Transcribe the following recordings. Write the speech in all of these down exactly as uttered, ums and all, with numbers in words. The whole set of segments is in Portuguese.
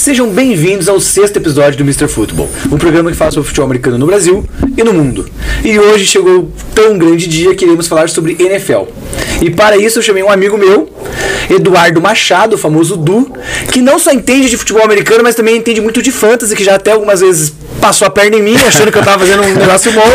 Sejam bem-vindos ao sexto episódio do mister Football, um programa que fala sobre futebol americano no Brasil e no mundo. E hoje chegou um tão grande dia que iremos falar sobre N F L. E para isso eu chamei um amigo meu, Eduardo Machado, o famoso Du, que não só entende de futebol americano, mas também entende muito de fantasy, que já até algumas vezes passou a perna em mim, achando que eu estava fazendo um negócio bom.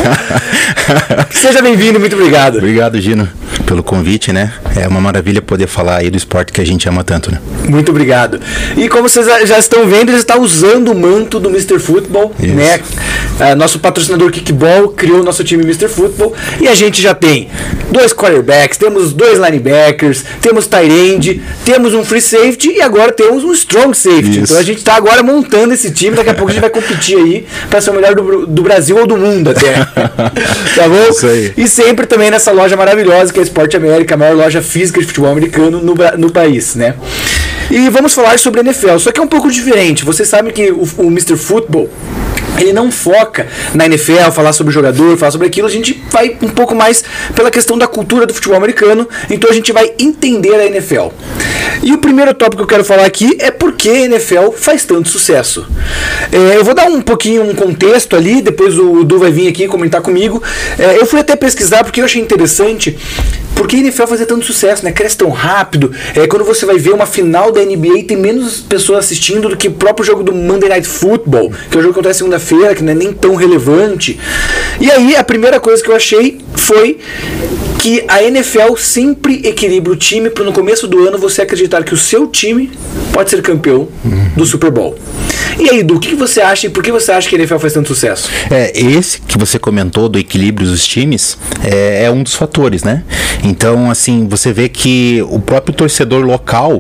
Seja bem-vindo, muito obrigado. Obrigado, Gino, pelo convite, né? É uma maravilha poder falar aí do esporte que a gente ama tanto, né? Muito obrigado. E como vocês já estão vendo, ele está usando o manto do mister Football, isso, né? Uh, nosso patrocinador Kickball criou o nosso time mister Football e a gente já tem dois quarterbacks, temos dois linebackers, temos tight end, temos um free safety e agora temos um strong safety. Isso. Então a gente está agora montando esse time, daqui a pouco a gente vai competir aí para ser o melhor do, do Brasil ou do mundo até. Tá bom? Isso aí. E sempre também nessa loja maravilhosa que é a Sport América, a maior loja física de futebol americano no, no país, né? E vamos falar sobre N F L, só que é um pouco diferente. Vocês sabem que o, o mister Football, ele não foca na N F L, falar sobre o jogador, falar sobre aquilo. A gente vai um pouco mais pela questão da cultura do futebol americano. Então a gente vai entender a N F L. E o primeiro tópico que eu quero falar aqui é por que a N F L faz tanto sucesso. É, eu vou dar um pouquinho um contexto ali, depois o Du vai vir aqui comentar comigo. É, eu fui até pesquisar porque eu achei interessante por que a N F L fazia tanto sucesso, né? Cresce tão rápido. É, quando você vai ver uma final da N B A, tem menos pessoas assistindo do que o próprio jogo do Monday Night Football, que é o jogo que acontece segunda-feira, que não é nem tão relevante. E aí, a primeira coisa que eu achei foi que a N F L sempre equilibra o time para no começo do ano você acreditar que o seu time pode ser campeão uhum. do Super Bowl. E aí, Du, o que você acha e por que você acha que a N F L faz tanto sucesso? É, esse que você comentou do equilíbrio dos times é, é um dos fatores, né? Então, assim, você vê que o próprio torcedor local,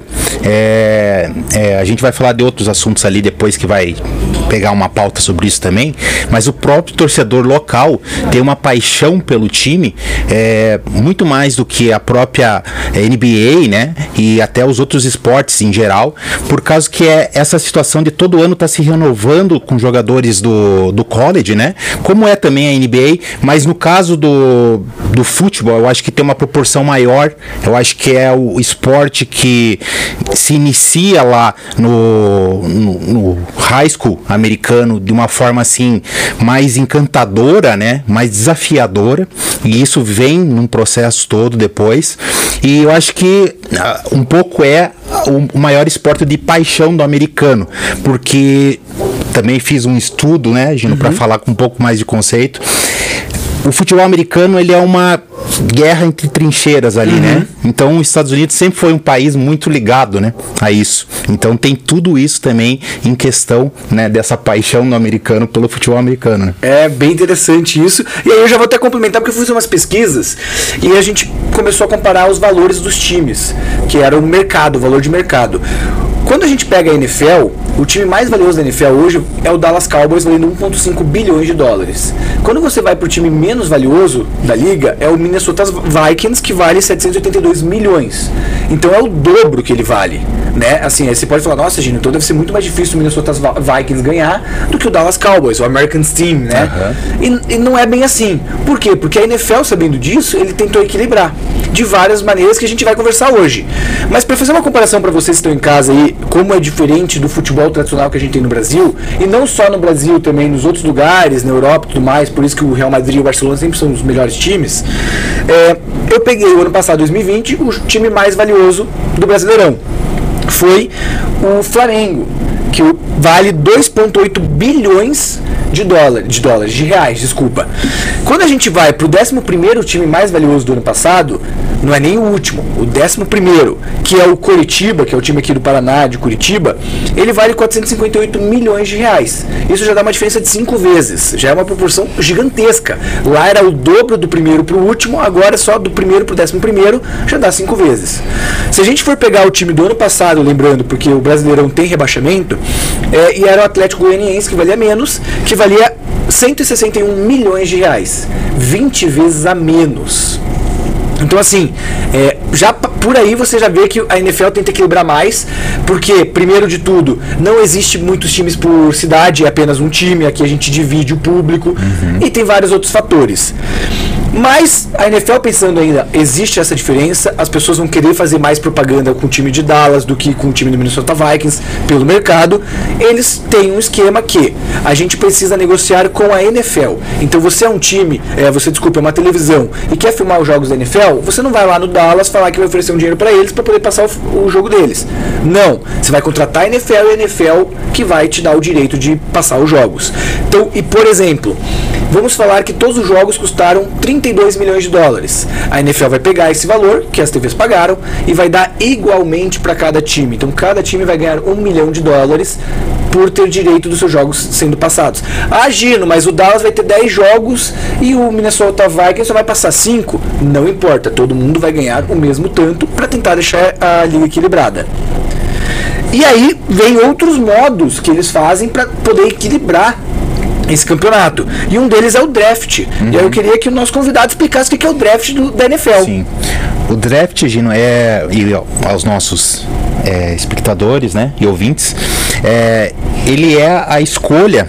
é, é, a gente vai falar de outros assuntos ali depois que vai pegar uma pauta sobre isso também, mas o próprio torcedor local tem uma paixão pelo time é, muito mais do que a própria N B A, né? E até os outros esportes em geral, por causa que é essa situação de todo ano tá se renovando com jogadores do, do college, né? Como é também a N B A, mas no caso do, do futebol, eu acho que tem uma proporção maior. Eu acho que é o esporte que se inicia lá no, no, no high school americano de uma forma assim mais encantadora, né? Mais desafiadora, e isso vem num processo todo depois. E eu acho que uh, um pouco é o maior esporte de paixão do americano, porque também fiz um estudo, né, Gino, uhum. para falar com um pouco mais de conceito. O futebol americano, ele é uma guerra entre trincheiras ali, uhum. né? Então, os Estados Unidos sempre foi um país muito ligado, né, a isso. Então, tem tudo isso também em questão, né, dessa paixão do americano pelo futebol americano, né? É bem interessante isso. E aí eu já vou até complementar, porque eu fiz umas pesquisas e a gente começou a comparar os valores dos times, que era o mercado, o valor de mercado. Quando a gente pega a N F L, o time mais valioso da N F L hoje é o Dallas Cowboys, valendo um vírgula cinco bilhões de dólares. Quando você vai para o time menos valioso da liga, é o Minnesota Vikings, que vale setecentos e oitenta e dois milhões. Então é o dobro que ele vale, né? Assim, aí você pode falar, nossa, Gino, então deve ser muito mais difícil o Minnesota Vikings ganhar do que o Dallas Cowboys, o American Team, né? Uhum. E, e não é bem assim. Por quê? Porque a N F L, sabendo disso, ele tentou equilibrar de várias maneiras que a gente vai conversar hoje. Mas para fazer uma comparação para vocês que estão em casa aí, como é diferente do futebol tradicional que a gente tem no Brasil, e não só no Brasil, também nos outros lugares, na Europa e tudo mais, por isso que o Real Madrid e o Barcelona sempre são os melhores times, é, eu peguei o ano passado, dois mil e vinte, o time mais valioso do Brasileirão. Foi o Flamengo, que vale dois vírgula oito bilhões de dólares, de dólares, de reais, desculpa. Quando a gente vai pro décimo primeiro time mais valioso do ano passado, não é nem o último, o décimo primeiro, que é o Coritiba, que é o time aqui do Paraná, de Curitiba, ele vale quatrocentos e cinquenta e oito milhões de reais. Isso já dá uma diferença de cinco vezes, já é uma proporção gigantesca. Lá era o dobro do primeiro pro último, agora só do primeiro pro décimo primeiro já dá cinco vezes. Se a gente for pegar o time do ano passado, lembrando, porque o Brasileirão tem rebaixamento, é, e era o Atlético Goianiense, que valia menos, que valia cento e sessenta e um milhões de reais, vinte vezes a menos. Então, assim, é, já por aí você já vê que a N F L tenta equilibrar mais, porque, primeiro de tudo, não existe muitos times por cidade, é apenas um time, aqui a gente divide o público, uhum. e tem vários outros fatores. Mas a N F L pensando ainda, existe essa diferença, as pessoas vão querer fazer mais propaganda com o time de Dallas do que com o time do Minnesota Vikings pelo mercado. Eles têm um esquema que a gente precisa negociar com a N F L. Então você é um time, é, você desculpa, é uma televisão e quer filmar os jogos da N F L, você não vai lá no Dallas falar que vai oferecer um dinheiro para eles para poder passar o, o jogo deles. Não, você vai contratar a N F L e a N F L que vai te dar o direito de passar os jogos. Então, e por exemplo, vamos falar que todos os jogos custaram trinta e dois milhões de dólares. A N F L vai pegar esse valor que as T Vs pagaram e vai dar igualmente para cada time. Então cada time vai ganhar um milhão de dólares por ter direito dos seus jogos sendo passados. Ah, Gino, mas o Dallas vai ter dez jogos e o Minnesota Vikings só vai passar cinco? Não importa, todo mundo vai ganhar o mesmo tanto para tentar deixar a liga equilibrada. E aí vem outros modos que eles fazem para poder equilibrar esse campeonato. E um deles é o draft. Uhum. E aí eu queria que o nosso convidado explicasse o que é o draft do, da N F L. Sim. O draft, Gino, é, e aos nossos é, espectadores, né, e ouvintes, é, ele é a escolha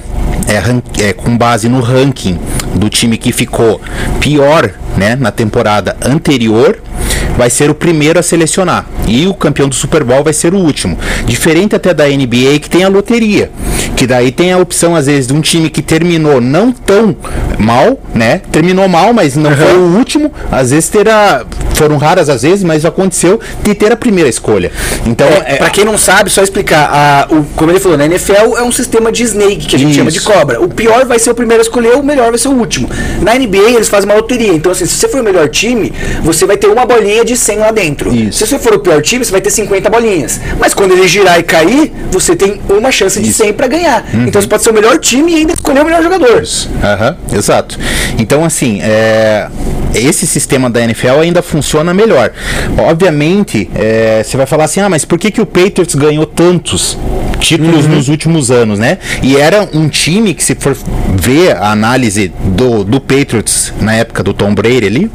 é, é, com base no ranking do time que ficou pior, né, na temporada anterior, vai ser o primeiro a selecionar. E o campeão do Super Bowl vai ser o último. Diferente até da N B A, que tem a loteria. Que daí tem a opção, às vezes, de um time que terminou não tão mal, né? Terminou mal, mas não uhum. foi o último. Às vezes terá... Foram raras às vezes, mas aconteceu de ter a primeira escolha. Então, é, é, pra quem não sabe, só explicar. A, o, como ele falou, na N F L é um sistema de snake, que a gente isso. chama de cobra. O pior vai ser o primeiro a escolher, o melhor vai ser o último. Na N B A, eles fazem uma loteria. Então, assim, se você for o melhor time, você vai ter uma bolinha de cem lá dentro. Isso. Se você for o pior time, você vai ter cinquenta bolinhas. Mas quando ele girar e cair, você tem uma chance de cem pra ganhar. Uhum. Então, você pode ser o melhor time e ainda escolher o melhor jogador. Isso. Uhum. Exato. Então, assim, é... esse sistema da N F L ainda funciona melhor. Obviamente, é, você vai falar assim, ah, mas por que, que o Patriots ganhou tantos títulos uhum. nos últimos anos, né? E era um time que, se for ver a análise do, do Patriots na época do Tom Brady ali,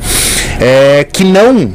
é, que não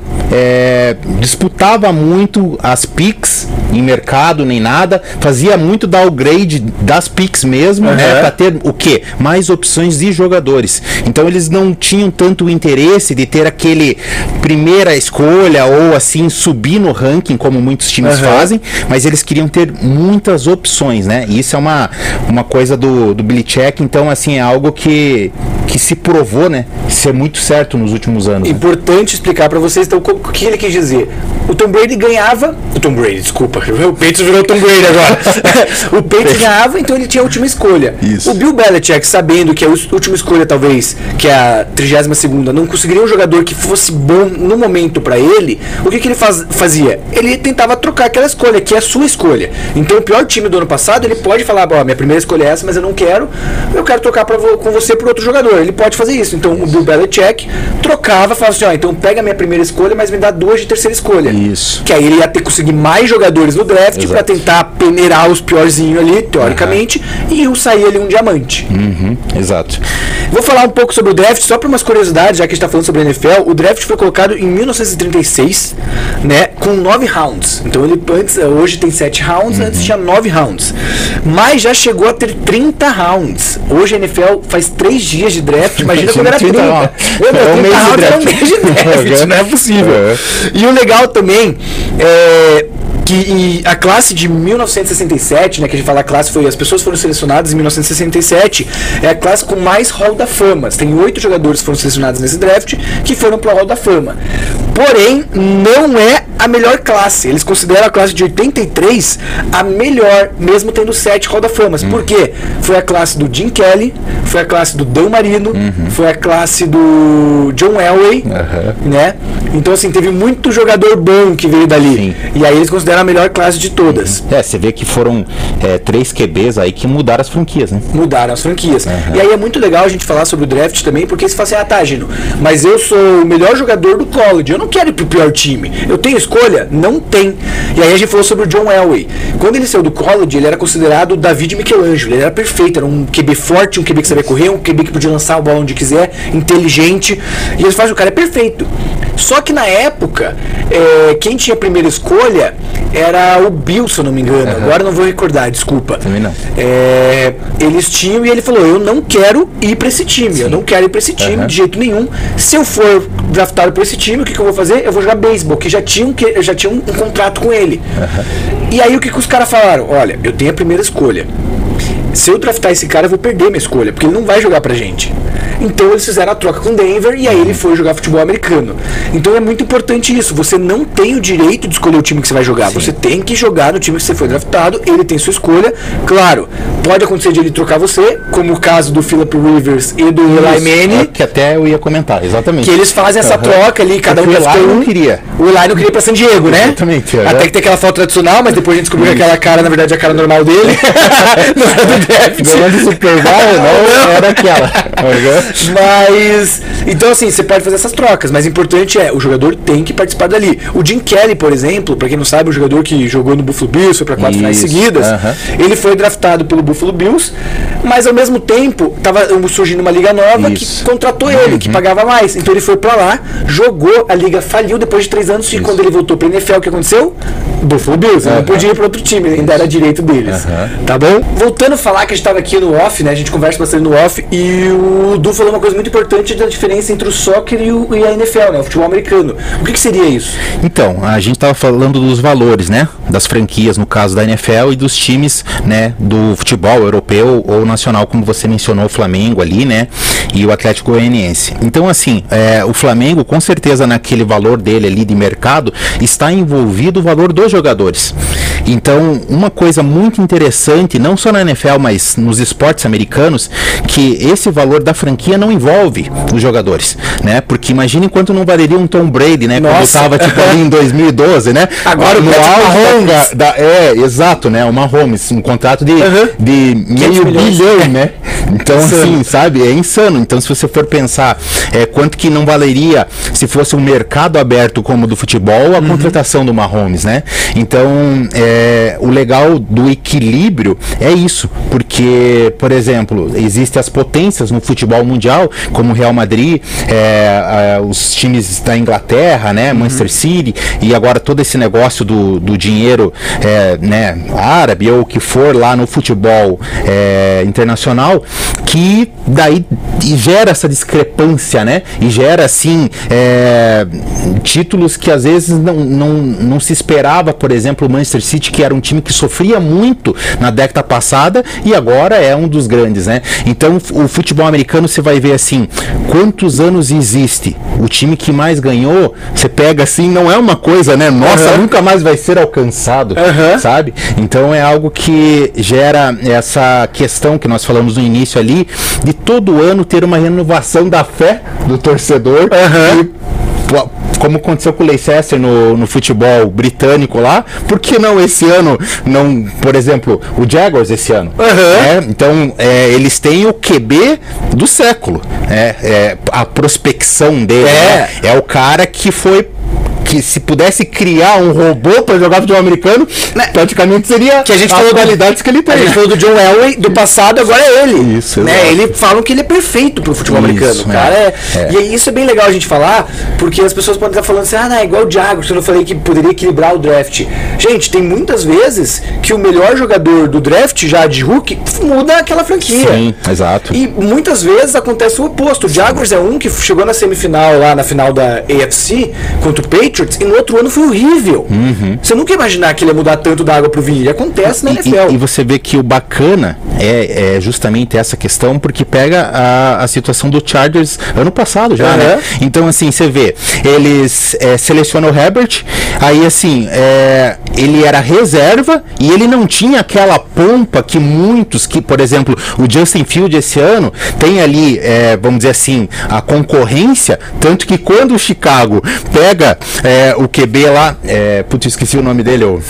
é, disputava muito as picks em mercado nem nada, fazia muito downgrade das picks mesmo, uhum. né? Para ter o quê? Mais opções de jogadores. Então eles não tinham tanto interesse de ter aquele primeira escolha ou assim subir no ranking como muitos times uhum. fazem, mas eles queriam ter muitas opções, né? E isso é uma, uma coisa do, do Belichick, então assim é algo que, que se provou, né, ser muito certo nos últimos anos. Importante né? explicar para vocês então o que ele quis dizer. O Tom Brady ganhava, o Tom Brady, desculpa, o Patriots virou o Tom Brady agora. O Patriots ganhava, então ele tinha a última escolha. Isso. O Bill Belichick, sabendo que a última escolha talvez, que é a trigésima segunda, não conseguiria um jogador que fosse bom no momento para ele, o que, que ele faz, fazia? Ele tentava trocar aquela escolha, que é a sua escolha. Então o pior time do ano passado, ele pode falar, ó, minha primeira escolha é essa, mas eu não quero, eu quero trocar pra, com você por outro jogador. Ele pode fazer isso. Então o Bill Belichick trocava, falava assim, ó, então pega a minha primeira escolha, mas me dá duas de terceira escolha. Isso. Que aí ele ia ter que conseguir mais jogadores no draft para tentar peneirar os piorzinhos ali, teoricamente, uhum. e o sair ali um diamante. Uhum. Exato. Vou falar um pouco sobre o draft, só para umas curiosidades, já que a gente está falando sobre a N F L. O draft foi colocado em mil novecentos e trinta e seis, né, com nove rounds. Então ele antes, hoje tem sete rounds, uhum. antes tinha nove rounds. Mas já chegou a ter trinta rounds. Hoje a N F L faz três dias de draft, imagina quando era trinta. Meu Deus, trinta rounds era um mês de draft, não é possível. É. E o legal também é que a classe de mil novecentos e sessenta e sete, né, que a gente fala a classe foi, as pessoas foram selecionadas em mil novecentos e sessenta e sete, é a classe com mais Hall da Fama. Tem oito jogadores que foram selecionados nesse draft que foram pro Hall da Fama. Porém, não é a melhor classe. Eles consideram a classe de oitenta e três a melhor, mesmo tendo sete Hall da Fama. Uhum. Por quê? Foi a classe do Jim Kelly, foi a classe do Dan Marino, uhum. foi a classe do John Elway, uhum. né? Então, assim, teve muito jogador bom que veio dali. Sim. E aí eles consideram a melhor classe de todas. Uhum. É, você vê que foram é, três Q Bs aí que mudaram as franquias, né? Mudaram as franquias. Uhum. E aí é muito legal a gente falar sobre o draft também, porque você fala assim, ah, tá, Gino, mas eu sou o melhor jogador do college, eu não quero ir pro pior time. Eu tenho escolha? Não tem. E aí a gente falou sobre o John Elway. Quando ele saiu do college, ele era considerado o David Michelangelo. Ele era perfeito, era um Q B forte, um Q B que sabia correr, um Q B que podia lançar a bola onde quiser, inteligente. E eles fazem o cara é perfeito. Só que na época, é, quem tinha a primeira escolha era o Bill, se eu não me engano. Uhum. Agora eu não vou recordar, desculpa. Também não. É, eles tinham e ele falou, eu não quero ir pra esse time, Sim. eu não quero ir pra esse time uhum. de jeito nenhum. Se eu for draftado por esse time, o que, que eu vou fazer? Eu vou jogar beisebol, que já tinha um, que, já tinha um, um contrato com ele. Uhum. E aí o que, que os caras falaram? Olha, eu tenho a primeira escolha. Se eu draftar esse cara, eu vou perder minha escolha, porque ele não vai jogar pra gente. Então eles fizeram a troca com Denver e aí ele foi jogar futebol americano. Então é muito importante isso. Você não tem o direito de escolher o time que você vai jogar. Sim. Você tem que jogar no time que você foi draftado. Ele tem sua escolha. Claro, pode acontecer de ele trocar você, como o caso do Philip Rivers e do Eli Manning. É que até eu ia comentar, exatamente. Que eles fazem essa uhum. troca ali, cada um draftou um. Não queria. O Eli não queria ir pra San Diego, né? Exatamente. É. Até que tem aquela foto tradicional, mas depois a gente descobriu que aquela cara, na verdade, é a cara normal dele. Não era do draft. Ganhando Super Bowl, não, não era aquela. Mas, então assim, você pode fazer essas trocas, mas o importante é, o jogador tem que participar dali. O Jim Kelly, por exemplo, pra quem não sabe, o jogador que jogou no Buffalo Bills, foi pra quatro finais seguidas, uh-huh. ele foi draftado pelo Buffalo Bills, mas ao mesmo tempo, tava surgindo uma liga nova Isso. que contratou uh-huh. ele, que pagava mais. Então ele foi pra lá, jogou, a liga faliu depois de três anos, Isso. e quando ele voltou pra N F L, o que aconteceu? Buffalo Bills, uh-huh. ele não podia ir pra outro time, ainda era direito deles, uh-huh. tá bom? Voltando a falar que a gente tava aqui no off, né, a gente conversa bastante no off, e o Du falou uma coisa muito importante da diferença entre o soccer e, o, e a N F L, né, o futebol americano. O que, que seria isso? Então, a gente estava falando dos valores, né, das franquias, no caso da N F L, e dos times, né, do futebol europeu ou nacional, como você mencionou, o Flamengo ali, né, e o Atlético Goianiense. Então, assim, é, o Flamengo, com certeza, naquele valor dele ali de mercado, está envolvido o valor dos jogadores. Então, uma coisa muito interessante, não só na N F L, mas nos esportes americanos, que esse valor da franquia não envolve os jogadores, né? Porque imagine quanto não valeria um Tom Brady, né? Nossa. Quando estava tipo ali em dois mil e doze, né? Agora no auge da, da, é, exato, né? O Mahomes, um contrato de, uhum. de meio bilhão, né? Então, insano. Assim, sabe? É insano. Então, se você for pensar é, quanto que não valeria se fosse um mercado aberto como o do futebol, a uhum. contratação do Mahomes, né? Então, é, o legal do equilíbrio é isso, porque, por exemplo, existem as potências no futebol mundial, como o Real Madrid, é, é, os times da Inglaterra, né, uhum. Manchester City, e agora todo esse negócio do, do dinheiro é, né, árabe ou o que for lá no futebol é, internacional, que daí gera essa discrepância, né, e gera assim é, títulos que às vezes não, não, não se esperava. Por exemplo, o Manchester City, que era um time que sofria muito na década passada e agora é um dos grandes, né? Então o futebol americano, você vai ver assim, quantos anos existe, o time que mais ganhou, você pega assim, não é uma coisa, né, nossa, uhum. nunca mais vai ser alcançado, uhum. sabe? Então é algo que gera essa questão que nós falamos no início ali, de todo ano ter uma renovação da fé do torcedor, uhum. e como aconteceu com o Leicester no, no futebol britânico lá, por que não esse ano, não, por exemplo, o Jaguars esse ano? Uhum. É, então, é, eles têm o Q B do século, é, é, a prospecção dele, é. Né? É o cara que foi, que se pudesse criar um robô para jogar futebol americano, né? Praticamente seria que a gente falou qualidades que ele tem. A gente falou do John Elway do passado, agora é ele. Isso, né? Ele falam que ele é perfeito pro futebol isso, americano. O cara é, é. E isso é bem legal a gente falar, porque as pessoas podem estar falando assim, ah, não, é igual o Jaguars, eu não falei que poderia equilibrar o draft. Gente, tem muitas vezes que o melhor jogador do draft, já de rookie, muda aquela franquia. Sim, exato. E muitas vezes acontece o oposto. O Jaguars é um que chegou na semifinal, lá na final da A F C, contra o Patriots, e no outro ano foi horrível. Uhum. Você nunca ia imaginar que ele ia mudar tanto da água pro vinho. E acontece na N F L. E, e você vê que o bacana é, é justamente essa questão, porque pega a, a situação do Chargers ano passado já, uhum. né? Então, assim, você vê, eles é, selecionam o Herbert, aí, assim, é, ele era reserva e ele não tinha aquela pompa que muitos, que, por exemplo, o Justin Fields esse ano tem ali, é, vamos dizer assim, a concorrência, tanto que quando o Chicago pega é, o Q B lá, é, putz, esqueci o nome dele, o,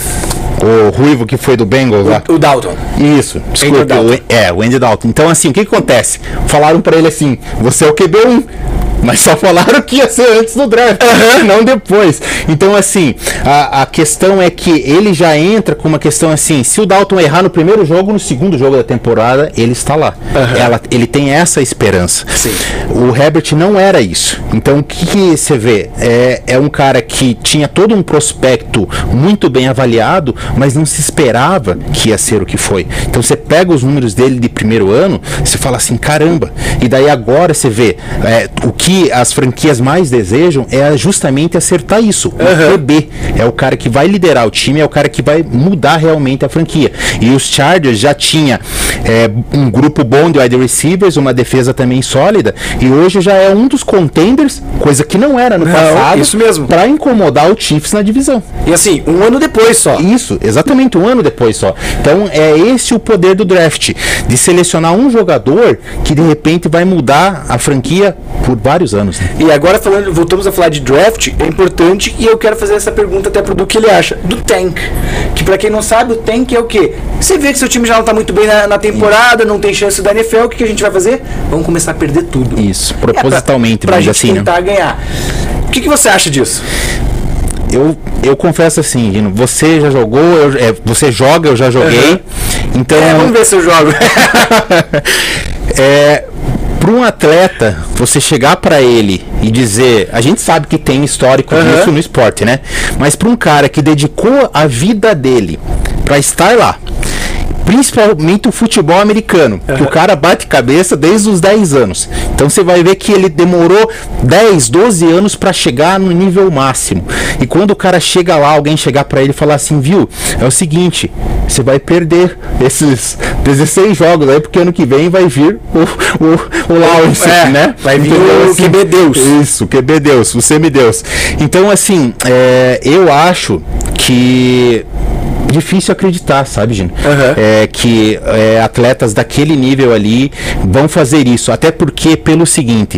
o Ruivo que foi do Bengals lá. O, o Dalton. Isso, desculpa. O, é, o Andy Dalton. Então, assim, o que, que acontece? Falaram pra ele assim, você é o Q B um. mas só falaram que ia ser antes do draft, uhum. não depois. Então, assim, a, a questão é que ele já entra com uma questão assim, se o Dalton errar no primeiro jogo, no segundo jogo da temporada, ele está lá. Uhum. Ela, ele tem essa esperança. Sim. O Herbert não era isso. Então, o que, que você vê? É, é um cara que tinha todo um prospecto muito bem avaliado, mas não se esperava que ia ser o que foi. Então, você pega os números dele de primeiro ano, você fala assim, caramba. E daí agora você vê, é, o que as franquias mais desejam é justamente acertar isso. O uhum. Q B é o cara que vai liderar o time, é o cara que vai mudar realmente a franquia. E os Chargers já tinha é, um grupo bom de wide receivers, uma defesa também sólida, e hoje já é um dos contenders, coisa que não era no não, passado, isso mesmo, para incomodar o Chiefs na divisão. E assim, um ano depois só. Isso, exatamente, um ano depois só. Então é esse o poder do draft, de selecionar um jogador que de repente vai mudar a franquia por vários anos. Né? E agora falando, voltamos a falar de draft, é importante, e eu quero fazer essa pergunta até pro Du, que ele acha do tank, que pra quem não sabe, o tank é o quê? Você vê que seu time já não tá muito bem na, na temporada, não tem chance da N F L, o que, que a gente vai fazer? Vamos começar a perder tudo. Isso, propositalmente, é pra, pra gente assim, tentar né? ganhar. O que, que você acha disso? Eu, eu confesso assim, Gino, você já jogou, eu, é, você joga, eu já joguei. Uhum. Então, é, vamos ver se eu jogo. é, para um atleta, você chegar para ele e dizer, a gente sabe que tem histórico uhum. disso no esporte, né? Mas para um cara que dedicou a vida dele para estar lá, principalmente o futebol americano, uhum. que o cara bate cabeça desde os dez anos. Então você vai ver que ele demorou dez, doze anos para chegar no nível máximo. E quando o cara chega lá, alguém chegar para ele e falar assim, viu, é o seguinte, você vai perder esses dezesseis jogos aí, porque ano que vem vai vir o, o, o Lawrence, é, né? Vai vir então, o assim, Q B Deus. Isso, Q B Deus, o semideus. Então, assim, é, eu acho que difícil acreditar, sabe, Gino? Uhum. É, que é, atletas daquele nível ali vão fazer isso. Até porque, pelo seguinte,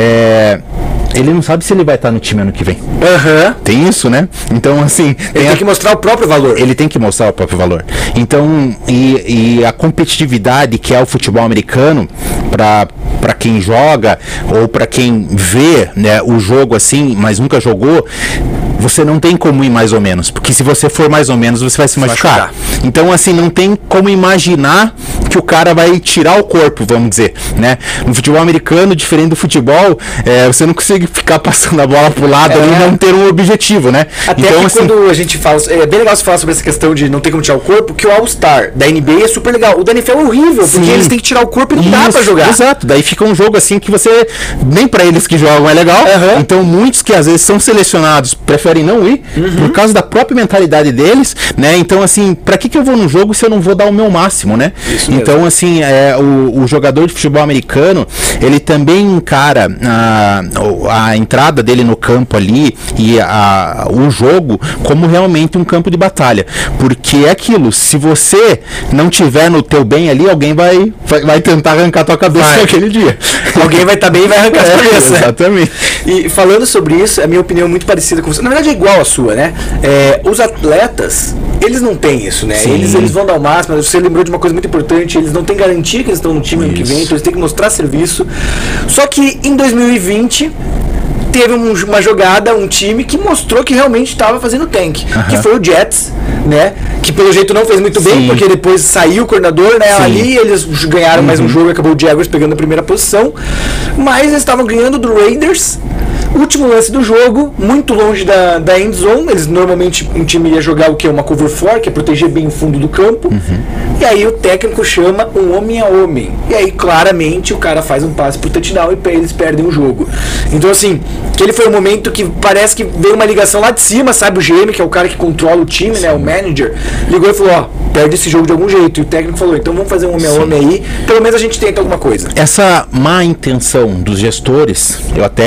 é, ele não sabe se ele vai estar no time ano que vem. Uhum. Tem isso, né? Então, assim... Ele tem, tem a... que mostrar o próprio valor. Ele tem que mostrar o próprio valor. Então, e, e a competitividade que é o futebol americano, para para quem joga ou para quem vê, né, o jogo assim, mas nunca jogou, você não tem como ir mais ou menos, porque se você for mais ou menos, você vai se machucar. Então, assim, não tem como imaginar que o cara vai tirar o corpo, vamos dizer, né? No futebol americano, diferente do futebol, é, você não consegue ficar passando a bola pro lado é. ali e não ter um objetivo, né? Até então, que assim, quando a gente fala, é bem legal você falar sobre essa questão de não ter como tirar o corpo, que o All-Star da N B A é super legal. O da N F L é horrível, sim, porque eles têm que tirar o corpo e não dá pra jogar. Exato, daí fica um jogo assim que você, nem pra eles que jogam é legal, uhum. Então muitos que às vezes são selecionados preferem não ir, uhum. por causa da própria mentalidade deles, né? Então, assim, pra que que eu vou num jogo se eu não vou dar o meu máximo, né? Isso então, mesmo. Assim, é, o, o jogador de futebol americano, ele também encara a, a entrada dele no campo ali e a, o jogo como realmente um campo de batalha, porque é aquilo, se você não tiver no teu bem ali, alguém vai, vai, vai tentar arrancar tua cabeça vai. naquele dia. Alguém vai estar tá bem e vai arrancar é, a cabeça. Exatamente. E falando sobre isso, a minha opinião é muito parecida com você. Na verdade é igual a sua, né? É, os atletas, eles não têm isso, né? Eles, eles vão dar o máximo, mas você lembrou de uma coisa muito importante, eles não têm garantia que eles estão no time ano que vem, então eles têm que mostrar serviço. Só que em dois mil e vinte teve um, uma jogada, um time que mostrou que realmente estava fazendo tank, uh-huh. que foi o Jets, né? Que pelo jeito não fez muito bem, Sim. porque depois saiu o coordenador, né? Sim. Ali eles ganharam uhum. mais um jogo e acabou o Jaguars pegando a primeira posição, mas eles estavam ganhando do Raiders. Último lance do jogo, muito longe da, da end zone. Eles normalmente, um time ia jogar o que? Uma cover four, que é proteger bem o fundo do campo. Uhum. E aí o técnico chama um homem a homem. E aí claramente o cara faz um passe pro touchdown e eles perdem o jogo. Então assim, aquele foi um momento que parece que veio uma ligação lá de cima, sabe? O G M, que é o cara que controla o time, Sim. né? O manager, ligou e falou, ó, perde esse jogo de algum jeito. E o técnico falou, então vamos fazer um homem Sim. a homem aí, pelo menos a gente tenta alguma coisa. Essa má intenção dos gestores, eu até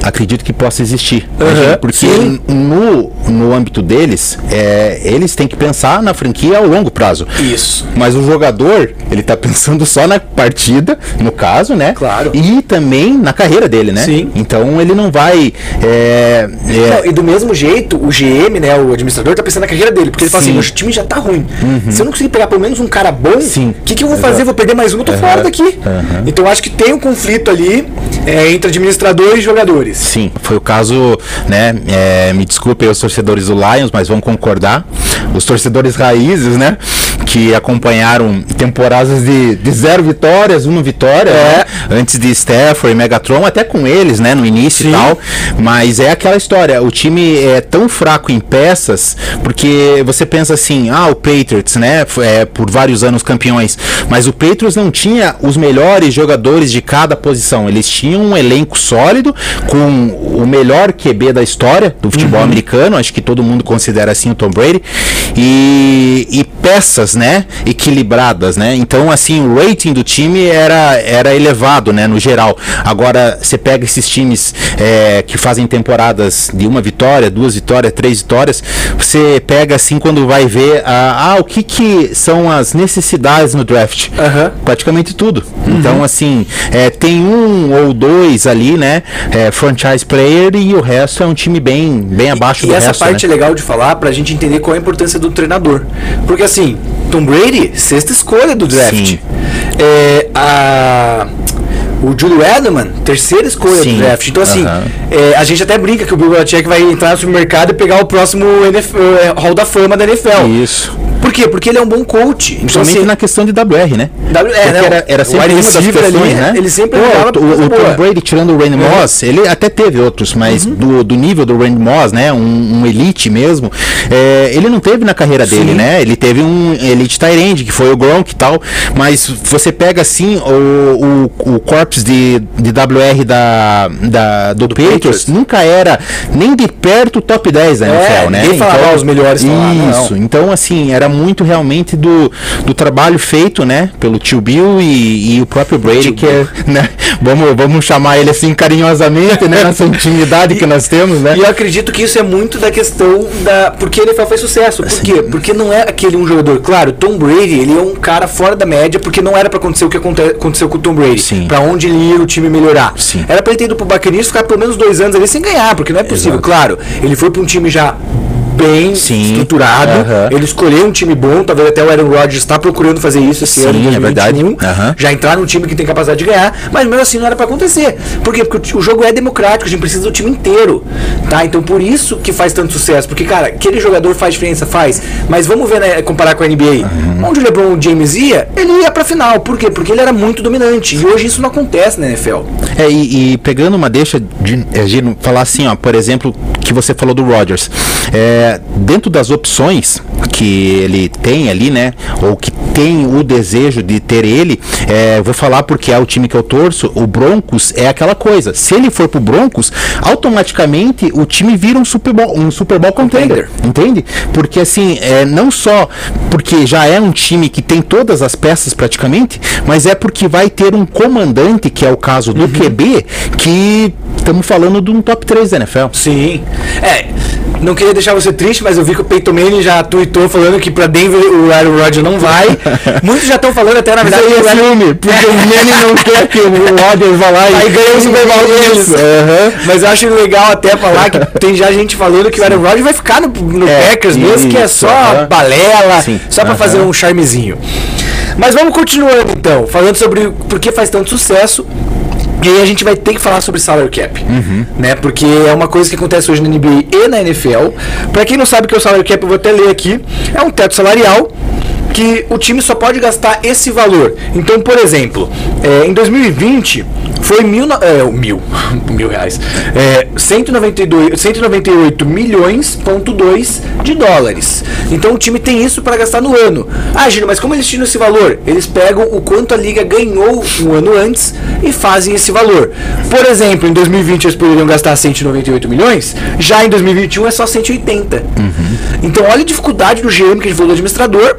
acredito que possa existir. Uhum, Imagina, porque no, no âmbito deles, é, eles têm que pensar na franquia ao longo prazo. Isso. Mas o jogador, ele tá pensando só na partida, no caso, né? Claro. E também na carreira dele, né? Sim. Então ele não vai... É, é... Não, e do mesmo jeito, o G M, né, o administrador, tá pensando na carreira dele, porque ele fala assim, meu time já tá ruim. Uhum. Se eu não conseguir pegar pelo menos um cara bom, o que, que eu vou fazer? Exato. Vou perder mais um, eu tô uhum. fora daqui. Uhum. Então eu acho que tem um conflito ali é, entre administrador e jogadores. Sim, foi o caso, né, é, me desculpem os torcedores do Lions, mas vão concordar, os torcedores raízes, né, que acompanharam temporadas de, de zero vitórias, uma vitória, é. né, antes de Stafford e Megatron, até com eles, né, no início Sim. e tal, mas é aquela história, o time é tão fraco em peças, porque você pensa assim, ah, o Patriots, né, é, por vários anos campeões, mas o Patriots não tinha os melhores jogadores de cada posição, eles tinham um elenco sólido, com o melhor Q B da história do futebol uhum. americano, acho que todo mundo considera assim o Tom Brady, e, e peças, né, equilibradas, né, então assim, o rating do time era, era elevado, né, no geral. Agora, você pega esses times é, que fazem temporadas de uma vitória, duas vitórias, três vitórias, você pega assim, quando vai ver, ah, ah o que que são as necessidades no draft? Uhum. Praticamente tudo. Uhum. Então, assim, é, tem um ou dois ali, né, é, franchise player, e o resto é um time bem, bem abaixo e, do e resto. E essa parte né? é legal de falar pra gente entender qual é a importância do treinador. Porque assim, Tom Brady, sexta escolha do draft. Sim. É, a... O Julio Edelman, terceira escolha Sim. do draft. Então, assim, uh-huh. é, a gente até brinca que o Bill Belichick vai entrar no supermercado e pegar o próximo N F L, é, Hall da Fama da N F L. Isso. Por quê? Porque ele é um bom coach. Principalmente assim, na questão de W R, né? W, é, não, era, era sempre uma das questões, ali, né? Ele sempre Pô, o, o, o Tom Brady, tirando o Randy uhum. Moss, ele até teve outros, mas uhum. do, do nível do Randy Moss, né? Um, um elite mesmo, é, ele não teve na carreira Sim. dele, né? Ele teve um elite tight end, que foi o Gronk e tal, mas você pega assim, o, o, o corpus de, de W R da, da, do, do Patriots, Patriots nunca era nem de perto o top dez da N F L, é, né? Ninguém então, falava os melhores falavam, Isso, não. Então assim, era muito realmente do, do trabalho feito, né, pelo tio Bill e, e o próprio Brady, o que é, né, vamos, vamos chamar ele assim carinhosamente, né, nessa intimidade e, que nós temos, né. E eu acredito que isso é muito da questão da... Porque ele fez sucesso. Por assim, quê? Porque não é aquele um jogador... Claro, Tom Brady, ele é um cara fora da média, porque não era pra acontecer o que aconte, aconteceu com o Tom Brady. Sim. Pra onde ele ia, o time melhorar. Sim. Era pra ele ter ido pro Buccaneers e ficar pelo menos dois anos ali sem ganhar, porque não é possível. Exato. Claro, ele foi pra um time já bem Sim. estruturado, uh-huh. ele escolheu um time bom, talvez até o Aaron Rodgers está procurando fazer isso esse Sim, ano, dois mil e vinte e um, é verdade. Uh-huh. já entrar num time que tem capacidade de ganhar, mas mesmo assim não era para acontecer. Por quê? Porque o jogo é democrático, a gente precisa do time inteiro, tá? Então por isso que faz tanto sucesso, porque cara, aquele jogador faz diferença, faz, mas vamos ver, né, comparar com a N B A, uh-huh. onde o LeBron James ia, ele ia pra final, por quê? Porque ele era muito dominante, e hoje isso não acontece na N F L. É, e, e pegando uma deixa de, de falar assim, ó, por exemplo, que você falou do Rodgers, é, dentro das opções que ele tem ali, né, ou que tem o desejo de ter ele, é, vou falar porque é o time que eu torço, o Broncos é aquela coisa, se ele for pro Broncos, automaticamente o time vira um Super Bowl, um Super Bowl contender, entende? Porque assim, é, não só porque já é um time que tem todas as peças praticamente, mas é porque vai ter um comandante, que é o caso do uhum. Q B, que estamos falando de um top três da N F L. Sim, é, não queria deixar você triste, mas eu vi que o Peyton Manning já tweetou falando que pra Denver o Aaron Rodgers não vai. Muitos já estão falando até, na verdade, isso aí é filme, porque o Manning não quer que o Rodgers vá lá e aí ganha o Super Bowl deles. Uhum. Mas eu acho legal até falar que tem já gente falando que o Aaron Rodgers vai ficar no, no é, Packers mesmo, isso, que é só uhum. balela, Sim. só pra uhum. fazer um charmezinho. Mas vamos continuando então, falando sobre por que faz tanto sucesso. E aí a gente vai ter que falar sobre salary cap, uhum. né? Porque é uma coisa que acontece hoje na N B A e na N F L. Pra quem não sabe o que é o salary cap, eu vou até ler aqui. É um teto salarial que o time só pode gastar esse valor. Então, por exemplo, é, em dois mil e vinte foi mil, é, mil, mil reais, é, cento e noventa e dois, cento e noventa e oito milhões ponto dois de dólares. Então o time tem isso para gastar no ano. Ah, Gino, mas como eles tiram esse valor? Eles pegam o quanto a liga ganhou um ano antes e fazem esse valor. Por exemplo, em dois mil e vinte eles poderiam gastar cento e noventa e oito milhões, já em dois mil e vinte e um é só cento e oitenta. Uhum. Então olha a dificuldade do G M, que a gente falou do administrador, porque ele tem que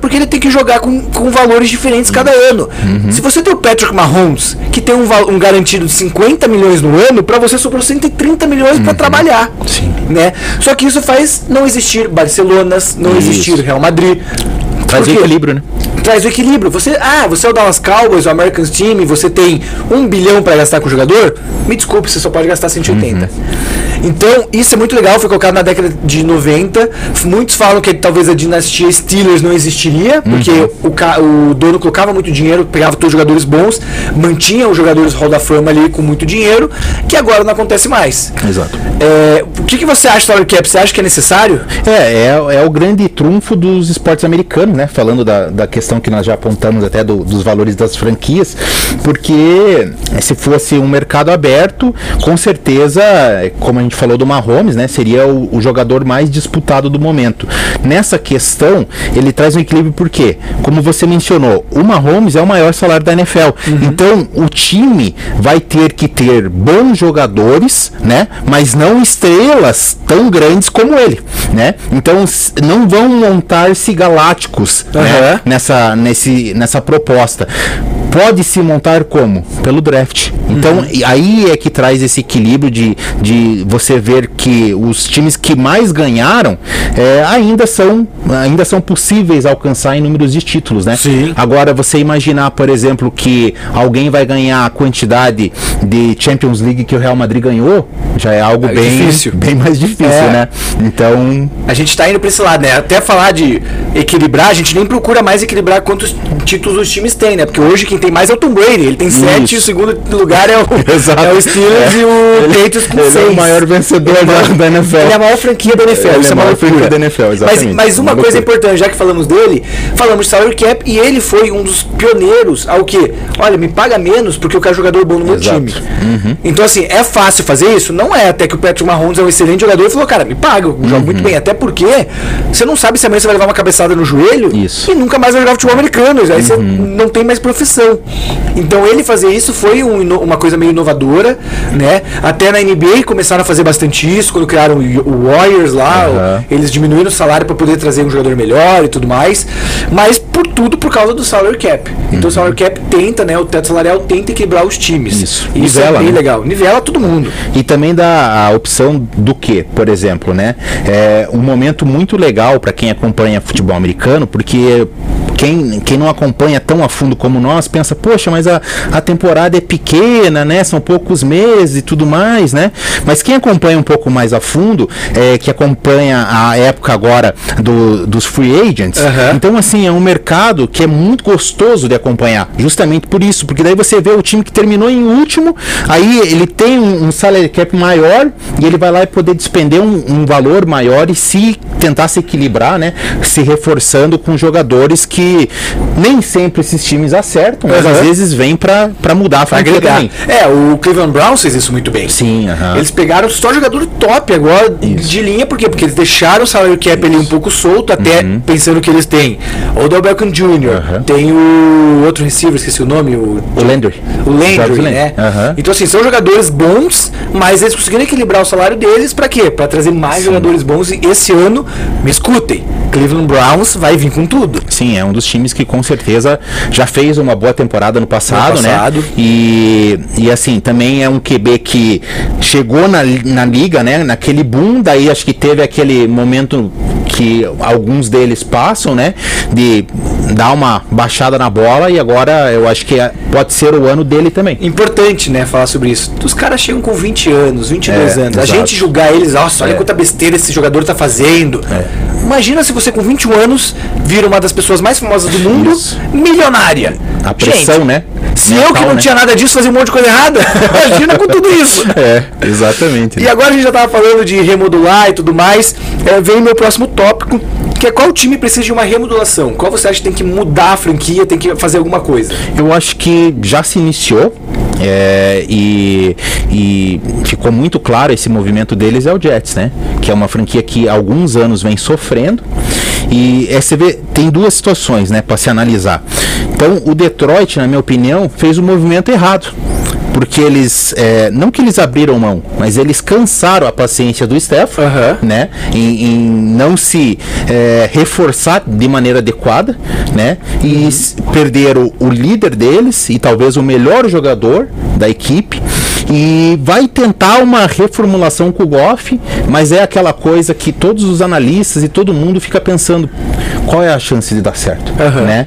que jogar com, com valores diferentes cada ano. Uhum. Se você tem o Patrick Mahomes, que tem um, um garantido de cinquenta milhões no ano, para você sobrou cento e trinta milhões uhum. para trabalhar. Sim. Né? Só que isso faz não existir Barcelonas, não isso. existir Real Madrid. Traz o equilíbrio, né? Traz o equilíbrio. Você, ah, você é o Dallas Cowboys, o American Team, você tem um bilhão para gastar com o jogador? Me desculpe, você só pode gastar cento e oitenta. Uhum. Então, isso é muito legal, foi colocado na década de noventa. Muitos falam que talvez a dinastia Steelers não existiria, porque uhum. o, o dono colocava muito dinheiro, pegava todos os jogadores bons, mantinha os jogadores Hall da Fama ali com muito dinheiro, que agora não acontece mais. Exato. É, o que, que você acha do salary cap? Você acha que é necessário? É, é, é o grande trunfo dos esportes americanos, né? Falando da, da questão que nós já apontamos até do, dos valores das franquias, porque se fosse um mercado aberto, com certeza, como a gente falou do Mahomes, né, seria o, o jogador mais disputado do momento. Nessa questão, ele traz um equilíbrio porque, como você mencionou, o Mahomes é o maior salário da N F L. Uhum. Então, o time vai ter que ter bons jogadores, né, mas não estrelas tão grandes como ele, né? Então, não vão montar-se galácticos, uhum. né, nessa, nesse, nessa proposta. Pode se montar como? Pelo draft. Então, uhum. aí é que traz esse equilíbrio de, de você ver que os times que mais ganharam é, ainda, são, ainda são possíveis alcançar em números de títulos, né? Sim. Agora, você imaginar, por exemplo, que alguém vai ganhar a quantidade de Champions League que o Real Madrid ganhou, já é algo é bem, difícil. bem mais difícil, é. né? Então... A gente tá indo pra esse lado, né? Até falar de equilibrar, a gente nem procura mais equilibrar quantos títulos os times têm, né? Porque hoje quem tem mais é o Tom Brady, ele tem sete e o segundo lugar é o, é o Steelers é. e o Patriots com ele seis. Ele é o maior vencedor é da, da N F L. Ele é a maior franquia da N F L. Ele é a maior franquia da N F L, exatamente. Mas, mas uma, uma coisa importante, já que falamos dele, falamos de salary cap e ele foi um dos pioneiros ao que, olha, me paga menos porque eu quero jogador bom no meu Exato. time. Uhum. Então assim, é fácil fazer isso? Não é, até que o Patrick Mahomes é um excelente jogador e falou, cara, me paga, eu jogo uhum. muito bem, até porque você não sabe se amanhã você vai levar uma cabeçada no joelho isso. e nunca mais vai jogar futebol americano, aí uhum. você não tem mais profissão. Então ele fazer isso foi um, uma coisa meio inovadora, né? Até na N B A começaram a fazer bastante isso, quando criaram o Warriors lá, uhum. eles diminuíram o salário para poder trazer um jogador melhor e tudo mais, mas por tudo por causa do salary cap. Então uhum. o salary cap tenta, né? O teto salarial tenta equilibrar os times. Isso, e isso nivela, é bem né? legal. Nivela todo mundo. E também dá a opção do que, por exemplo, né? É um momento muito legal para quem acompanha futebol americano, porque Quem, quem não acompanha tão a fundo como nós, pensa, poxa, mas a, a temporada é pequena, né? São poucos meses e tudo mais, né? Mas quem acompanha um pouco mais a fundo, é, que acompanha a época agora do, dos free agents, uhum. então, assim, é um mercado que é muito gostoso de acompanhar, justamente por isso, porque daí você vê o time que terminou em último, aí ele tem um, um salary cap maior e ele vai lá e poder despender um, um valor maior e se tentar se equilibrar, né? Se reforçando com jogadores que nem sempre esses times acertam, mas uhum. às vezes vem pra, pra mudar a franquia também. É, o Cleveland Browns fez isso muito bem. Sim, uhum. Eles pegaram só jogador top agora isso. de linha, por quê? Porque eles deixaram o salary cap isso. ali um pouco solto, até uhum. pensando que eles têm o Odell Beckham Júnior, uhum. tem o outro receiver, esqueci o nome, o, o Landry. O Landry, né? Uhum. Então assim, são jogadores bons, mas eles conseguiram equilibrar o salário deles pra quê? Pra trazer mais Sim. jogadores bons e esse ano, me escutem, Cleveland Browns vai vir com tudo. Sim, é um dos times que com certeza já fez uma boa temporada no passado, no passado. né? E, e assim, também é um Q B que chegou na, na liga, né? Naquele boom, daí acho que teve aquele momento que alguns deles passam, né? De dar uma baixada na bola e agora eu acho que pode ser o ano dele também. Importante, né? Falar sobre isso. Os caras chegam com vinte anos, vinte e dois é, anos. Exato. A gente julgar eles, nossa, olha é. quanta besteira esse jogador tá fazendo. É. Imagina se você com vinte e um anos vira uma das pessoas mais famosas do mundo, Isso. milionária. A pressão, gente, né? Se Mental, eu que não né? tinha nada disso fazia um monte de coisa errada, imagina com tudo isso. É, exatamente. E agora a gente já tava falando de remodular e tudo mais, é, vem meu próximo tópico, que é qual time precisa de uma remodulação? Qual você acha que tem que mudar a franquia, tem que fazer alguma coisa? Eu acho que já se iniciou é, e, e ficou muito claro esse movimento deles é o Jets, né? Que é uma franquia que há alguns anos vem sofrendo. E é, você vê, tem duas situações, né, para se analisar. Então, o Detroit, na minha opinião, fez o movimento errado. porque eles, é, não que eles abriram mão, mas eles cansaram a paciência do Stafford, Uhum. né, em, em não se é, reforçar de maneira adequada, né, e s- perderam o líder deles e talvez o melhor jogador da equipe, e vai tentar uma reformulação com o Goff, mas é aquela coisa que todos os analistas e todo mundo fica pensando qual é a chance de dar certo, Uhum. né?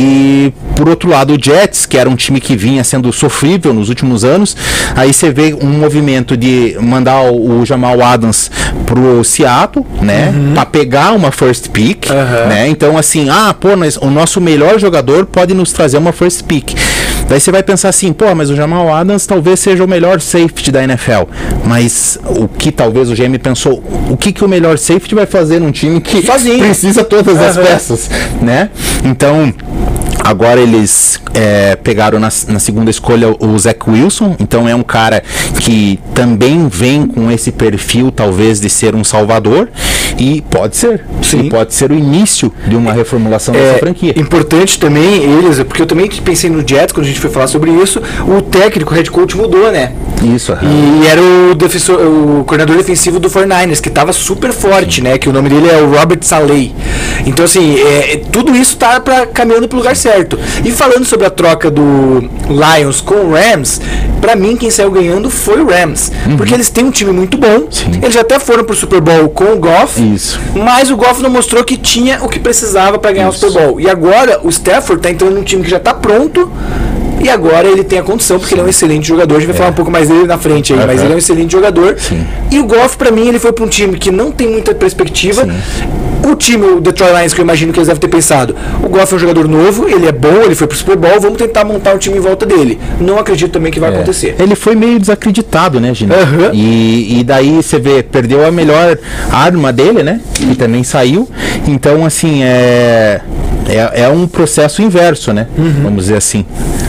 E por outro lado, o Jets, que era um time que vinha sendo sofrível nos últimos anos, aí você vê um movimento de mandar o, o Jamal Adams pro Seattle, né? Uhum. Para pegar uma first pick, Uhum. né? Então assim, ah, pô, mas o nosso melhor jogador pode nos trazer uma first pick. Daí você vai pensar assim, pô, mas o Jamal Adams talvez seja o melhor safety da N F L. Mas o que talvez o G M pensou, o que, que o melhor safety vai fazer num time que Sozinho. precisa todas as Uhum. peças, né? Então, agora eles é, pegaram na, na segunda escolha o Zach Wilson, então é um cara que também vem com esse perfil talvez de ser um salvador, e pode ser, Sim. e pode ser o início de uma reformulação dessa franquia. Importante também eles, porque eu também pensei no Jets quando a gente foi falar sobre isso, o técnico, o head coach mudou, né? Isso, aham. E era o, defensor, o coordenador defensivo do forty-niners, que estava super forte, né? Que o nome dele é o Robert Saleh. Então, assim, é, tudo isso tá pra, caminhando pro lugar certo. E falando sobre a troca do Lions com o Rams, pra mim quem saiu ganhando foi o Rams. Porque eles têm um time muito bom. Sim. Eles já até foram pro Super Bowl com o Goff. Isso. Mas o Goff não mostrou que tinha o que precisava pra ganhar Isso. o Super Bowl. E agora o Stafford tá entrando num time que já tá pronto. E agora ele tem a condição, porque ele é um excelente jogador. A gente vai É. falar um pouco mais dele na frente aí, Uhum. mas ele é um excelente jogador. Sim. E o Goff, pra mim, ele foi pra um time que não tem muita perspectiva. Sim. O time, o Detroit Lions, que eu imagino que eles devem ter pensado, o Goff é um jogador novo, ele é bom, ele foi pro Super Bowl, vamos tentar montar um time em volta dele. Não acredito também que vai É. acontecer. Ele foi meio desacreditado, né, Gino? Aham. E, e daí você vê, perdeu a melhor arma dele, né? Que também saiu. Então, assim, é, é, é um processo inverso, né? Vamos dizer assim.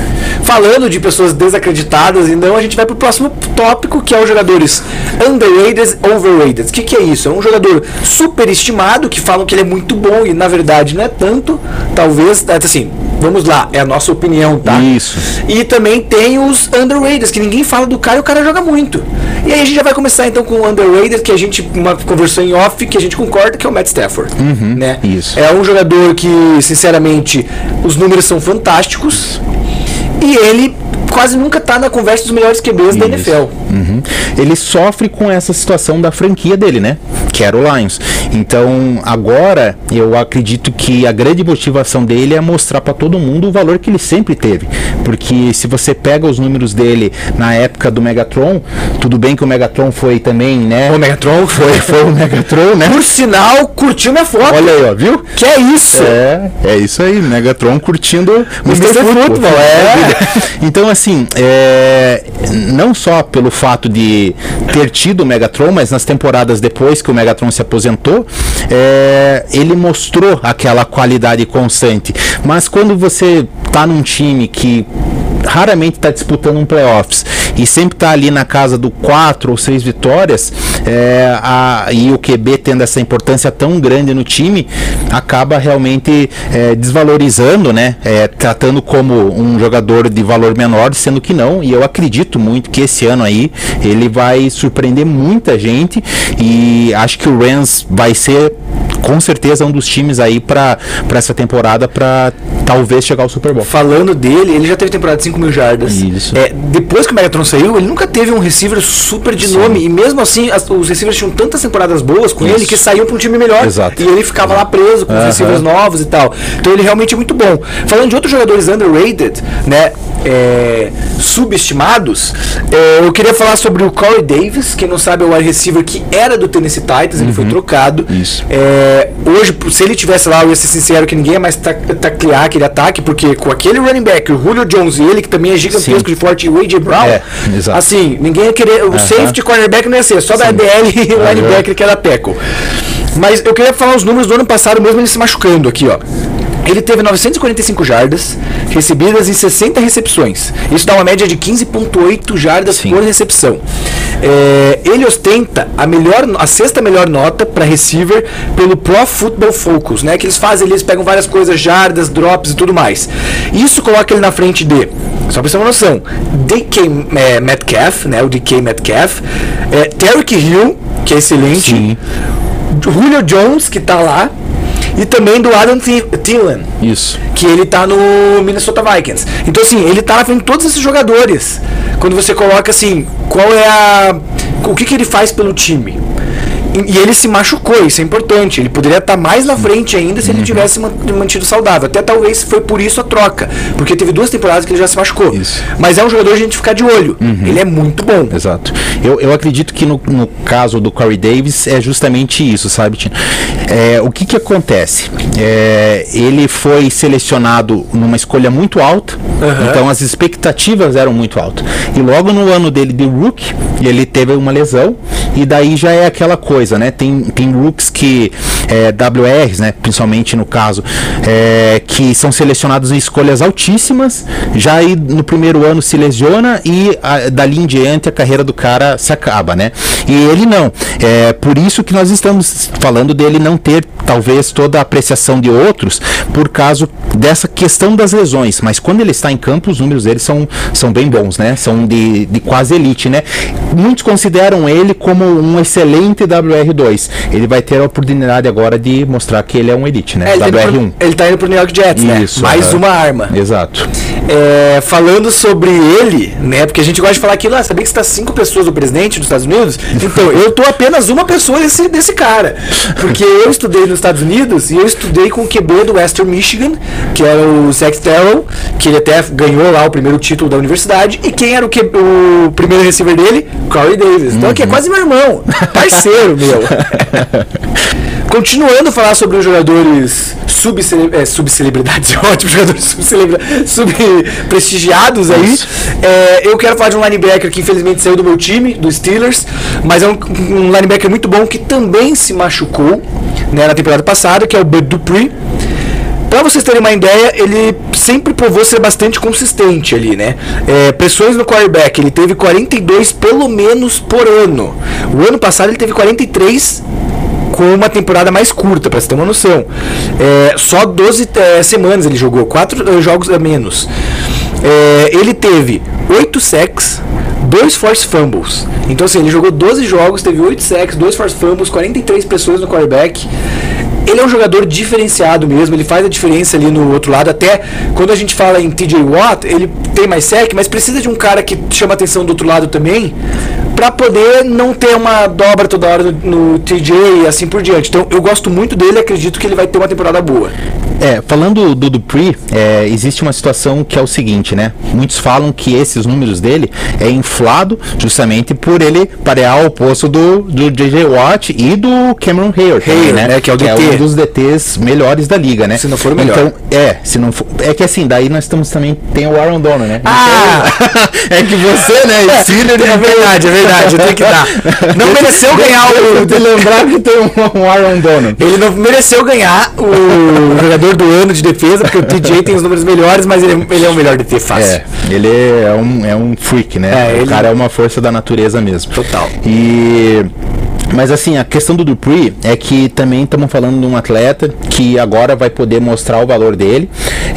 Falando de pessoas desacreditadas, então a gente vai pro próximo tópico, que é os jogadores underrated, overrated. O que, que é isso? É um jogador superestimado, que falam que ele é muito bom e na verdade não é tanto. Talvez, assim, vamos lá, é a nossa opinião, tá? Isso. E também tem os underrated, que ninguém fala do cara e o cara joga muito. E aí a gente já vai começar então com o underrated, que a gente, uma conversão em off, que a gente concorda, que é o Matt Stafford. Né? isso. É um jogador que, sinceramente, os números são fantásticos. E ele quase nunca tá na conversa dos melhores Q Bs da N F L. Uhum. Ele sofre com essa situação da franquia dele, né? Que era o Lions. Então, agora, eu acredito que a grande motivação dele é mostrar para todo mundo o valor que ele sempre teve. Porque se você pega os números dele na época do Megatron, tudo bem que o Megatron foi também, né? O Megatron Foi, foi o Megatron, né? Por sinal, curtiu minha foto. Olha aí, ó, viu? Que é isso? É, é isso aí, Megatron curtindo o mister Football, é. Então, assim, é, não só pelo fato de ter tido o Megatron, mas nas temporadas depois que o Megatron se aposentou, é, ele mostrou aquela qualidade constante. Mas quando você tá num time que raramente está disputando um playoffs e sempre está ali na casa do quatro ou seis vitórias, é, a, e o Q B tendo essa importância tão grande no time, acaba realmente é, desvalorizando, né, é, tratando como um jogador de valor menor, sendo que não. E eu acredito muito que esse ano aí ele vai surpreender muita gente, e acho que o Rams vai ser com certeza um dos times aí para essa temporada, para talvez chegar ao Super Bowl. Falando dele, ele já teve temporada de cinco mil jardas. Isso. É, depois que o Megatron saiu, ele nunca teve um receiver super de Sim. nome. E mesmo assim, as, os receivers tinham tantas temporadas boas com Isso. ele que saíam para um time melhor. Exato. E ele ficava lá preso com os Aham. receivers novos e tal. Então ele realmente é muito bom. Falando de outros jogadores underrated, né? É, subestimados, é, eu queria falar sobre o Corey Davis. Quem não sabe, é o wide receiver que era do Tennessee Titans, ele foi trocado. Isso. É, hoje, se ele tivesse lá, eu ia ser sincero que ninguém ia mais ta- taclear aquele ataque, porque com aquele running back, o Julio Jones e ele, que também é gigantesco Sim. de forte, e o A J Brown, É, exato. assim, ninguém ia querer, o safety cornerback não ia ser, só da D L e o Aham. linebacker que era tackle. Mas eu queria falar os números do ano passado, mesmo ele se machucando aqui, ó. Ele teve novecentas e quarenta e cinco jardas recebidas em sessenta recepções. Isso dá uma média de quinze vírgula oito jardas Sim. por recepção. É, ele ostenta a, melhor, a sexta melhor nota para receiver pelo Pro Football Focus, né? Que eles fazem, eles pegam várias coisas, jardas, drops e tudo mais. Isso coloca ele na frente de Só pra você ter uma noção. D K é, Metcalf, né? O D K Metcalf. É, Tyreek Hill, que é excelente. Sim. Julio Jones, que tá lá. E também do Adam Thielen. Isso. Que ele tá no Minnesota Vikings. Então, assim, ele tá na frente de todos esses jogadores. Quando você coloca, assim, qual é a... o que que ele faz pelo time. E, e ele se machucou, isso é importante. Ele poderia estar mais na frente ainda se uhum. ele tivesse mantido saudável. Até talvez foi por isso a troca. Porque teve duas temporadas que ele já se machucou. Isso. Mas é um jogador de a gente ficar de olho. Uhum. Ele é muito bom. Exato. Eu, eu acredito que no, no caso do Corey Davis é justamente isso, sabe, Tino? É, o que que acontece? É, ele foi selecionado numa escolha muito alta, uhum. então as expectativas eram muito altas. E logo no ano dele de rookie, ele teve uma lesão, e daí já é aquela coisa, né? Tem, tem rookies que, é, W Rs, né? Principalmente no caso, é, que são selecionados em escolhas altíssimas, já aí no primeiro ano se lesiona e a, dali em diante a carreira do cara se acaba, né? E ele não. É por isso que nós estamos falando dele não ter talvez toda a apreciação de outros por causa dessa questão das lesões, mas quando ele está em campo os números dele são, são bem bons, né? São de, de quase elite, né? Muitos consideram ele como um excelente W R dois. Ele vai ter a oportunidade agora de mostrar que ele é um elite, né? É, ele W R um. Pro, ele tá indo pro New York Jets, isso, né? Mais é. uma arma. Exato. É, falando sobre ele, né? Porque a gente gosta de falar aquilo, ah, sabia que você tá cinco pessoas do presidente dos Estados Unidos? Então, eu tô apenas uma pessoa desse, desse cara. Porque eu estudei nos Estados Unidos e eu estudei com o Q B do Western Michigan, que era o Zach Terrell, que ele até ganhou lá o primeiro título da universidade. E quem era o, Q B, o primeiro receiver dele? Corey Davis. Então, uhum. aqui é quase meu irmão. Parceiro, meu. Continuando a falar sobre os jogadores subcelebridades, é, ótimo, jogadores subprestigiados aí, é, eu quero falar de um linebacker que infelizmente saiu do meu time, do Steelers, mas é um, um linebacker muito bom que também se machucou, né, na temporada passada, que é o Bud Dupree. Para vocês terem uma ideia, ele sempre provou ser bastante consistente ali, né? É, pressões no quarterback, ele teve quarenta e dois pelo menos por ano. O ano passado ele teve quarenta e três com uma temporada mais curta, para você ter uma noção. É, só doze é, semanas ele jogou, quatro é, jogos a menos. É, ele teve oito sacks, dois force fumbles. Então assim, ele jogou doze jogos, teve oito sacks, dois force fumbles, quarenta e três pressões no quarterback. Ele é um jogador diferenciado mesmo, ele faz a diferença ali no outro lado. Até quando a gente fala em T J Watt, ele tem mais sec, mas precisa de um cara que chama atenção do outro lado também, para poder não ter uma dobra toda hora no, no T J e assim por diante. Então eu gosto muito dele e acredito que ele vai ter uma temporada boa. É, falando do Dupree, é, existe uma situação que é o seguinte, né? Muitos falam que esses números dele é inflado justamente por ele parear o posto do, do J J Watt e do Cameron Heyward, Heyward, né? né? Que é o D T. Que é um dos D Ts melhores da liga, né? Se não for o melhor. Então, é, se não for, é que assim, daí nós estamos também, tem o Aaron Donald, né? Ah! Então, é que você, né? Steelers, é verdade, é verdade, eu tenho que dar. Não mereceu ganhar o... De lembrar que tem um, um Aaron Donald. Ele não mereceu ganhar o jogador do ano de defesa, porque o T J tem os números melhores, mas ele, ele é o melhor D T fácil. É, ele é um, é um freak, né? É, o ele... cara é uma força da natureza mesmo. Total. E... Mas assim, a questão do Dupree é que também estamos falando de um atleta que agora vai poder mostrar o valor dele.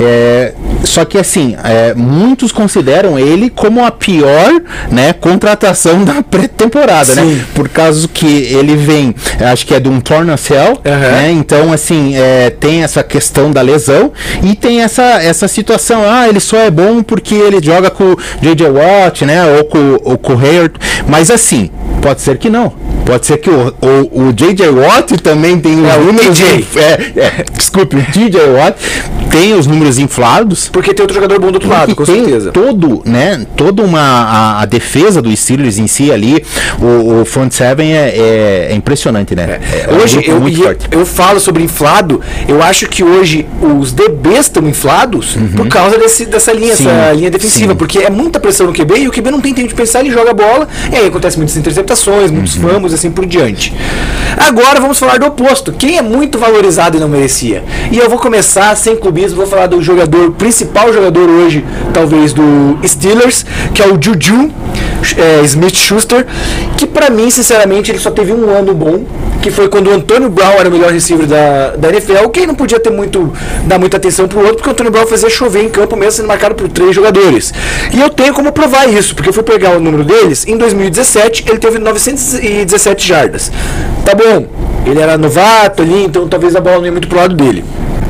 É, só que assim, é, muitos consideram ele como a pior, né, contratação da pré-temporada, né? Por causa que ele vem, acho que é de um torn A C L, uhum. né? Então assim, é, tem essa questão da lesão e tem essa, essa situação, ah, ele só é bom porque ele joga com o J J Watt, né? Ou com, ou com o Heyward, mas assim, pode ser que não. Pode ser que o, o, o J J Watt também tem os é, números... T J. É, é, desculpe, o T J Watt tem os números inflados. Porque tem outro jogador bom do outro lado, com tem certeza. todo, né, toda uma, a, a defesa do Steelers em si ali, o, o front seven é, é, é impressionante, né? É. É hoje, um eu, muito eu, eu falo sobre inflado, eu acho que hoje os D Bs estão inflados uhum. por causa desse, dessa linha, sim, essa linha defensiva, sim. porque é muita pressão no Q B e o Q B não tem tempo de pensar, ele joga a bola, e aí acontece muitas interceptações, muitos uhum. fumbles, assim por diante. Agora vamos falar do oposto. Quem é muito valorizado e não merecia? E eu vou começar sem clubismo, vou falar do jogador, principal jogador hoje, talvez do Steelers, que é o Juju é, Smith-Schuster, que pra mim, sinceramente, ele só teve um ano bom. que foi quando o Antônio Brown era o melhor receiver da, da N F L, quem não podia ter muito, dar muita atenção pro outro, porque o Antônio Brown fazia chover em campo mesmo sendo marcado por três jogadores. E eu tenho como provar isso, porque eu fui pegar o número deles, em dois mil e dezessete ele teve novecentas e dezessete jardas. Tá bom, ele era novato ali, então talvez a bola não ia muito pro lado dele.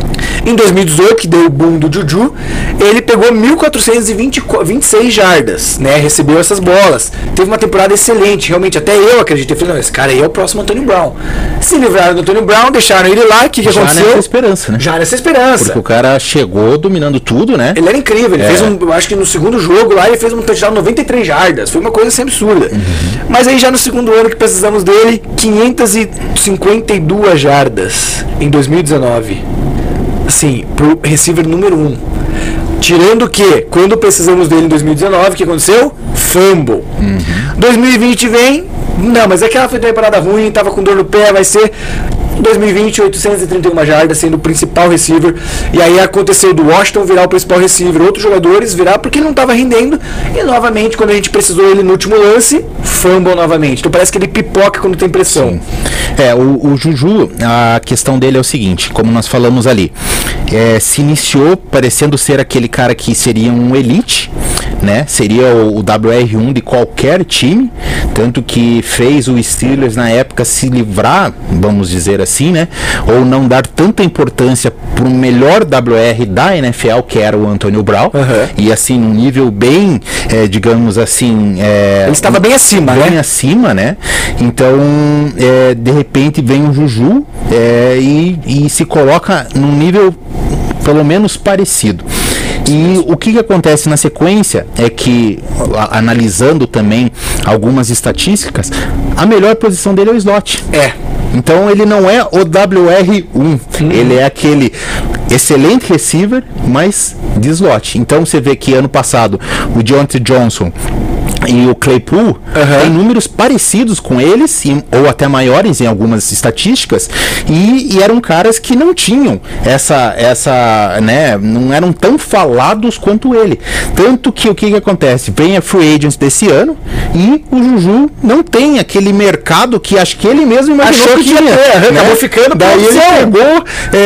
Em dois mil e dezoito, que deu o boom do Juju, ele pegou mil quatrocentas e vinte e seis jardas, né? Recebeu essas bolas. Teve uma temporada excelente, realmente. Até eu acreditei. Falei, não, esse cara aí é o próximo Antônio Brown. Se livraram do Antônio Brown, deixaram ele lá. O que, que aconteceu? Já nessa esperança, né? Já nessa esperança. Porque o cara chegou dominando tudo, né? Ele era incrível. Ele é. fez um, eu acho que no segundo jogo lá, ele fez um touchdown noventa e três jardas. Foi uma coisa assim absurda. Uhum. Mas aí já no segundo ano que precisamos dele, quinhentas e cinquenta e duas jardas em dois mil e dezenove. Assim, pro receiver número um. Tirando que, quando precisamos dele em dois mil e dezenove, o que aconteceu? Fumble. Uhum. dois mil e vinte vem, não, mas aquela foi temporada ruim, tava com dor no pé, vai ser dois mil e vinte, oitocentas e trinta e uma jardas, sendo o principal receiver. E aí aconteceu do Washington virar o principal receiver, outros jogadores virar porque ele não estava rendendo. E novamente, quando a gente precisou ele no último lance, fumble novamente. Então parece que ele pipoca quando tem pressão. Sim. É, o, o Juju, a questão dele é o seguinte, como nós falamos ali, é, se iniciou parecendo ser aquele cara que seria um elite, né? Seria o, o W R um de qualquer time, tanto que fez o Steelers na época se livrar, vamos dizer assim, né? Ou não dar tanta importância para o melhor W R da N F L, que era o Antônio Brown, uhum. E assim, num nível bem, é, digamos assim... É, ele estava bem acima, bem né? acima, né? Então, é, de repente vem o Juju é, e, e se coloca num nível pelo menos parecido. E o que, que acontece na sequência é que, a, analisando também algumas estatísticas, a melhor posição dele é o slot. É. Então ele não é o W R um, hum. Ele é aquele excelente receiver, mas de slot. Então você vê que ano passado o Deontay Johnson e o Claypool uhum. têm números parecidos com eles, e, ou até maiores em algumas estatísticas, e, e eram caras que não tinham essa, essa, né, não eram tão falados quanto ele. Tanto que o que, que acontece? Vem a Free Agents desse ano, e o Juju não tem aquele mercado que acho que ele mesmo imaginou Achou que tinha, tinha, né? Acabou ficando. Daí ele pegou,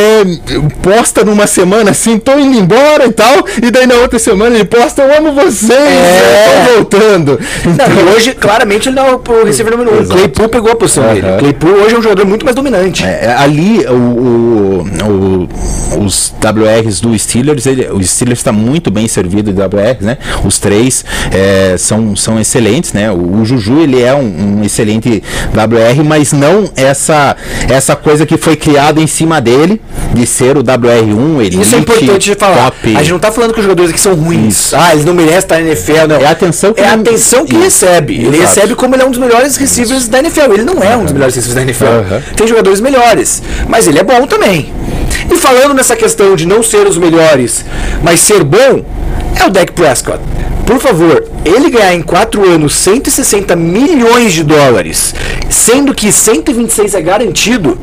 é, posta numa semana assim, tô indo embora e tal, e daí na outra semana ele posta, eu amo vocês, é. tô voltando. Então, não, e hoje, claramente, ele não é o receiver número um. O Claypool pegou a posição uhum. dele. O Claypool hoje é um jogador muito mais dominante. É, ali, o, o, o, os W Rs do Steelers, ele, o Steelers está muito bem servido de W Rs, né? Os três é, são, são excelentes, né? O, o Juju, ele é um, um excelente W R, mas não essa, essa coisa que foi criada em cima dele, de ser o W R um, elite. Isso é importante de falar. Top. A gente não está falando que os jogadores aqui são ruins. Isso. Ah, eles não merecem estar na N F L, não. É a atenção que é ele... a atenção que recebe. Ele Exato. recebe como ele é um dos melhores receivers Isso. da N F L. Ele não é um dos melhores receivers da N F L. Uhum. Tem jogadores melhores, mas ele é bom também. E falando nessa questão de não ser os melhores, mas ser bom, é o Dak Prescott. Por favor, ele ganhar em quatro anos cento e sessenta milhões de dólares, sendo que cento e vinte e seis é garantido,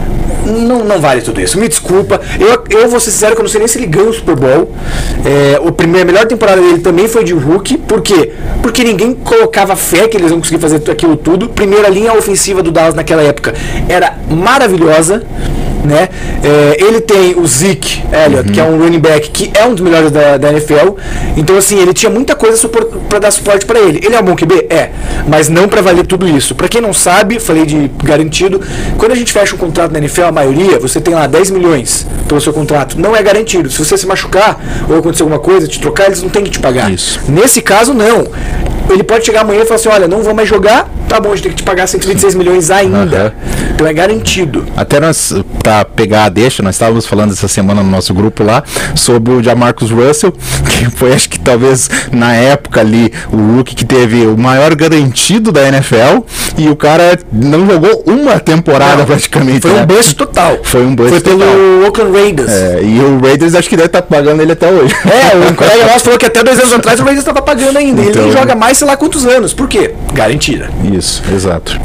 Não, não vale tudo isso, me desculpa. Eu, eu vou ser sincero que eu não sei nem se ele ganha o Super Bowl. É, o primeiro, a melhor temporada dele também foi de rookie. Por quê? Porque ninguém colocava fé que eles iam conseguir fazer aquilo tudo. Primeira linha ofensiva do Dallas naquela época era maravilhosa, né? É, ele tem o Zeke Elliott, uhum. que é um running back que é um dos melhores da, da N F L. Então, assim, ele tinha muita coisa para dar suporte para ele. Ele é um bom Q B? É, mas não para valer tudo isso. Para quem não sabe, falei de garantido, quando a gente fecha um contrato na N F L, a maioria, você tem lá dez milhões pelo seu contrato. Não é garantido. Se você se machucar ou acontecer alguma coisa, te trocar, eles não têm que te pagar. Isso. Nesse caso, não. Ele pode chegar amanhã e falar assim, olha, não vou mais jogar, tá bom, a gente tem que te pagar cento e vinte e seis milhões ainda. Uhum. Então é garantido. Até nós, pra pegar a deixa, nós estávamos falando essa semana no nosso grupo lá, sobre o Jamarcus Russell, que foi, acho que talvez, na época ali, o rookie que teve o maior garantido da N F L, e o cara não jogou uma temporada não, praticamente. Foi né? um bust total. Foi um bust Foi total. pelo Oakland Raiders. É, e o Raiders acho que deve estar tá pagando ele até hoje. É, um colega nosso falou que até dois anos atrás o Raiders estava pagando ainda. Então, ele joga mais sei lá quantos anos. Por quê? Garantida. Isso, exato.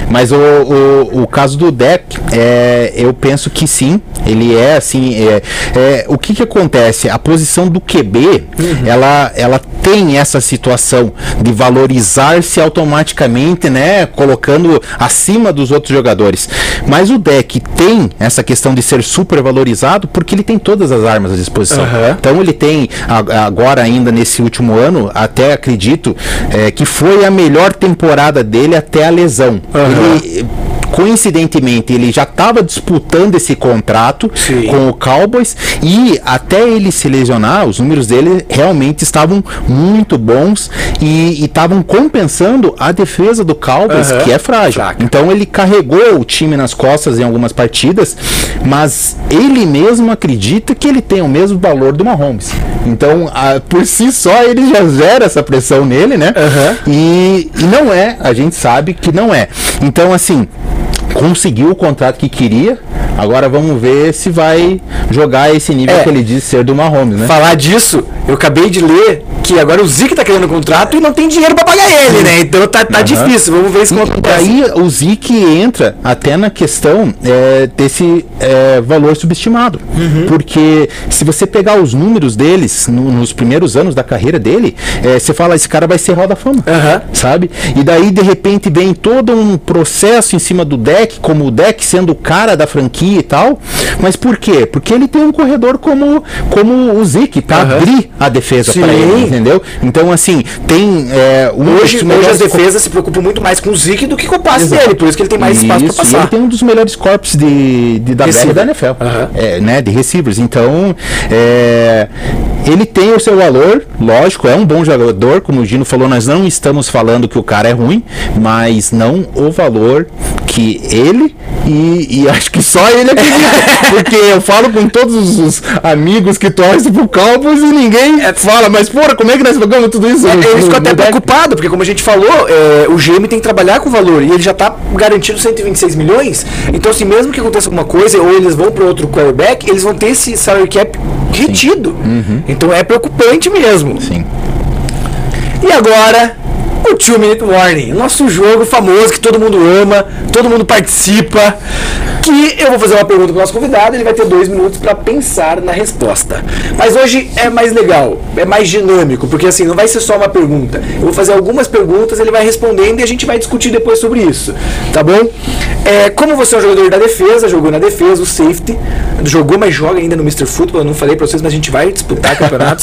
Mas o, o, o caso do Dak, é, eu penso que sim, ele é assim, é, é, o que que acontece? A posição do Q B, uhum. ela, ela tem essa situação de valorizar-se automaticamente, né, colocando acima dos outros jogadores. Mas o Dak tem essa questão de ser super valorizado porque ele tem todas as armas à disposição. Uhum. Então ele tem, agora ainda nesse último ano, até acredito, é, que foi a melhor temporada dele até a lesão. Uhum. Ele, coincidentemente, ele já estava disputando esse contrato Sim. com o Cowboys e até ele se lesionar, os números dele realmente estavam muito bons e estavam compensando a defesa do Cowboys, uhum. que é frágil. Fraca. Então ele carregou o time nas costas em algumas partidas, mas ele mesmo acredita que ele tem o mesmo valor do Mahomes. Então, a, por si só, ele já gera essa pressão nele, né? Uhum. E, e não é, a gente sabe que não é. Então, assim, conseguiu o contrato que queria, agora vamos ver se vai jogar esse nível é, que ele diz ser do Mahomes, né? Falar disso, eu acabei de ler que agora o Zeke tá querendo um contrato e não tem dinheiro pra pagar ele, né? Então tá, tá uhum. difícil, vamos ver se acontece. Aí o Zeke entra até na questão é, desse é, valor subestimado, uhum. porque se você pegar os números deles no, nos primeiros anos da carreira dele, é, você fala, esse cara vai ser Hall da Fama, uhum. sabe? E daí de repente vem todo um processo em cima do Dak, como o Dak sendo o cara da franquia e tal, mas por quê? Porque ele tem um corredor como, como o Zeke pra uhum. abrir a defesa para ele, entendeu? Então assim, tem é, um hoje, hoje as defesas se preocupam muito mais com o Zeke do que com o passe Exato. dele, por isso que ele tem mais isso, espaço para passar. Ele tem um dos melhores corpos de, de da Receiver. da N F L, uhum. é, né, de receivers. Então é, ele tem o seu valor, lógico, é um bom jogador, como o Gino falou, nós não estamos falando que o cara é ruim, mas não o valor que ele e, e acho que só ele acredita, porque eu falo com todos os amigos que torcem pro Cowboys e ninguém é, fala, mas porra, como é que nós pagamos tudo isso? É, no, eu fico até preocupado, porque como a gente falou, é, o G M tem que trabalhar com valor e ele já tá garantido cento e vinte e seis milhões, então assim, mesmo que aconteça alguma coisa ou eles vão para outro quarterback, eles vão ter esse salary cap retido, uhum. então é preocupante mesmo. Sim. E agora o Two Minute Warning, nosso jogo famoso que todo mundo ama, todo mundo participa, que eu vou fazer uma pergunta para o nosso convidado, ele vai ter dois minutos para pensar na resposta. Mas hoje é mais legal, é mais dinâmico, porque assim, não vai ser só uma pergunta. Eu vou fazer algumas perguntas, ele vai respondendo e a gente vai discutir depois sobre isso, tá bom? É, como você é um jogador da defesa, jogou na defesa, o safety, jogou, mas joga ainda no mister Football, eu não falei para vocês, mas a gente vai disputar campeonatos.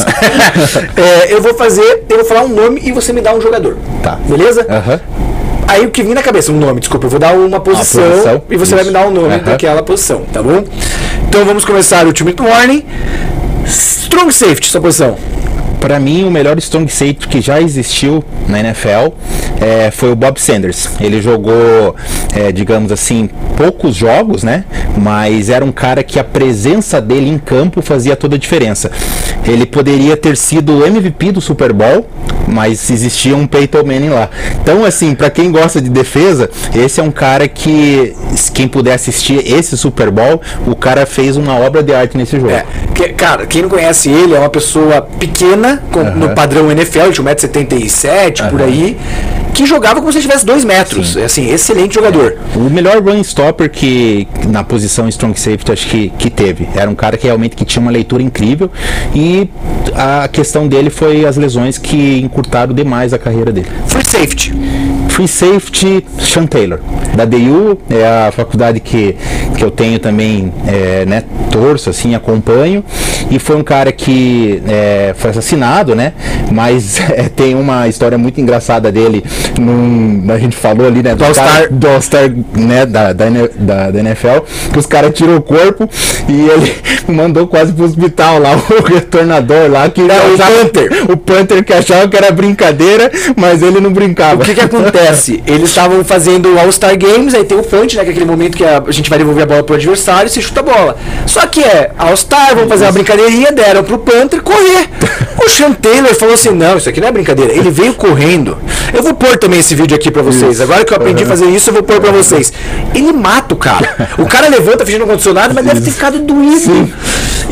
é, eu vou fazer, eu vou falar um nome e você me dá um jogador. Tá. Beleza? Uhum. Aí o que vem na cabeça, um nome, desculpa, eu vou dar uma posição, posição e você isso. vai me dar um nome uhum. daquela posição, tá bom? Então vamos começar o Two Minute Warning. Strong Safety, sua posição. Para mim, o melhor strong safety que já existiu na N F L é, foi o Bob Sanders. Ele jogou, é, digamos assim, poucos jogos, né? Mas era um cara que a presença dele em campo fazia toda a diferença. Ele poderia ter sido o M V P do Super Bowl, mas existia um Peyton Manning lá. Então, assim, para quem gosta de defesa, esse é um cara que, quem puder assistir esse Super Bowl, o cara fez uma obra de arte nesse jogo. É, que, cara, quem não conhece ele, é uma pessoa pequena, com, uhum. no padrão N F L, de um metro e setenta e sete, uhum. por aí, que jogava como se tivesse dois metros. É assim, excelente jogador. É. O melhor run stopper que na posição strong safety acho que, que teve. Era um cara que realmente que tinha uma leitura incrível e a questão dele foi as lesões que encurtaram demais a carreira dele. Free safety. Free safety, Sean Taylor, da D U, é a faculdade que, que eu tenho também, é, né, torço, assim, acompanho, e foi um cara que é, foi assassinado, né, mas é, tem uma história muito engraçada dele, num, a gente falou ali, né, do All-Star, do All-Star, né, da, da, da, da N F L, que os caras tiram o corpo e ele mandou quase pro hospital lá, o retornador lá, que era o Panther, o Panther que achava que era brincadeira, mas ele não brincava. O que que acontece? Eles estavam fazendo All-Star Games, aí tem o punt, né, que é aquele momento que a, a gente vai devolver a bola pro adversário e se chuta a bola. Só que é All-Star, vamos fazer uma brincadeirinha, deram pro Panther correr. O Sean Taylor falou assim, não, isso aqui não é brincadeira. Ele veio correndo. Eu vou pôr também esse vídeo aqui pra vocês. Isso. Agora que eu aprendi uhum. a fazer isso, eu vou pôr pra vocês. Ele mata o cara. O cara levanta fingindo um condicionado, mas deve ter ficado doído. Sim.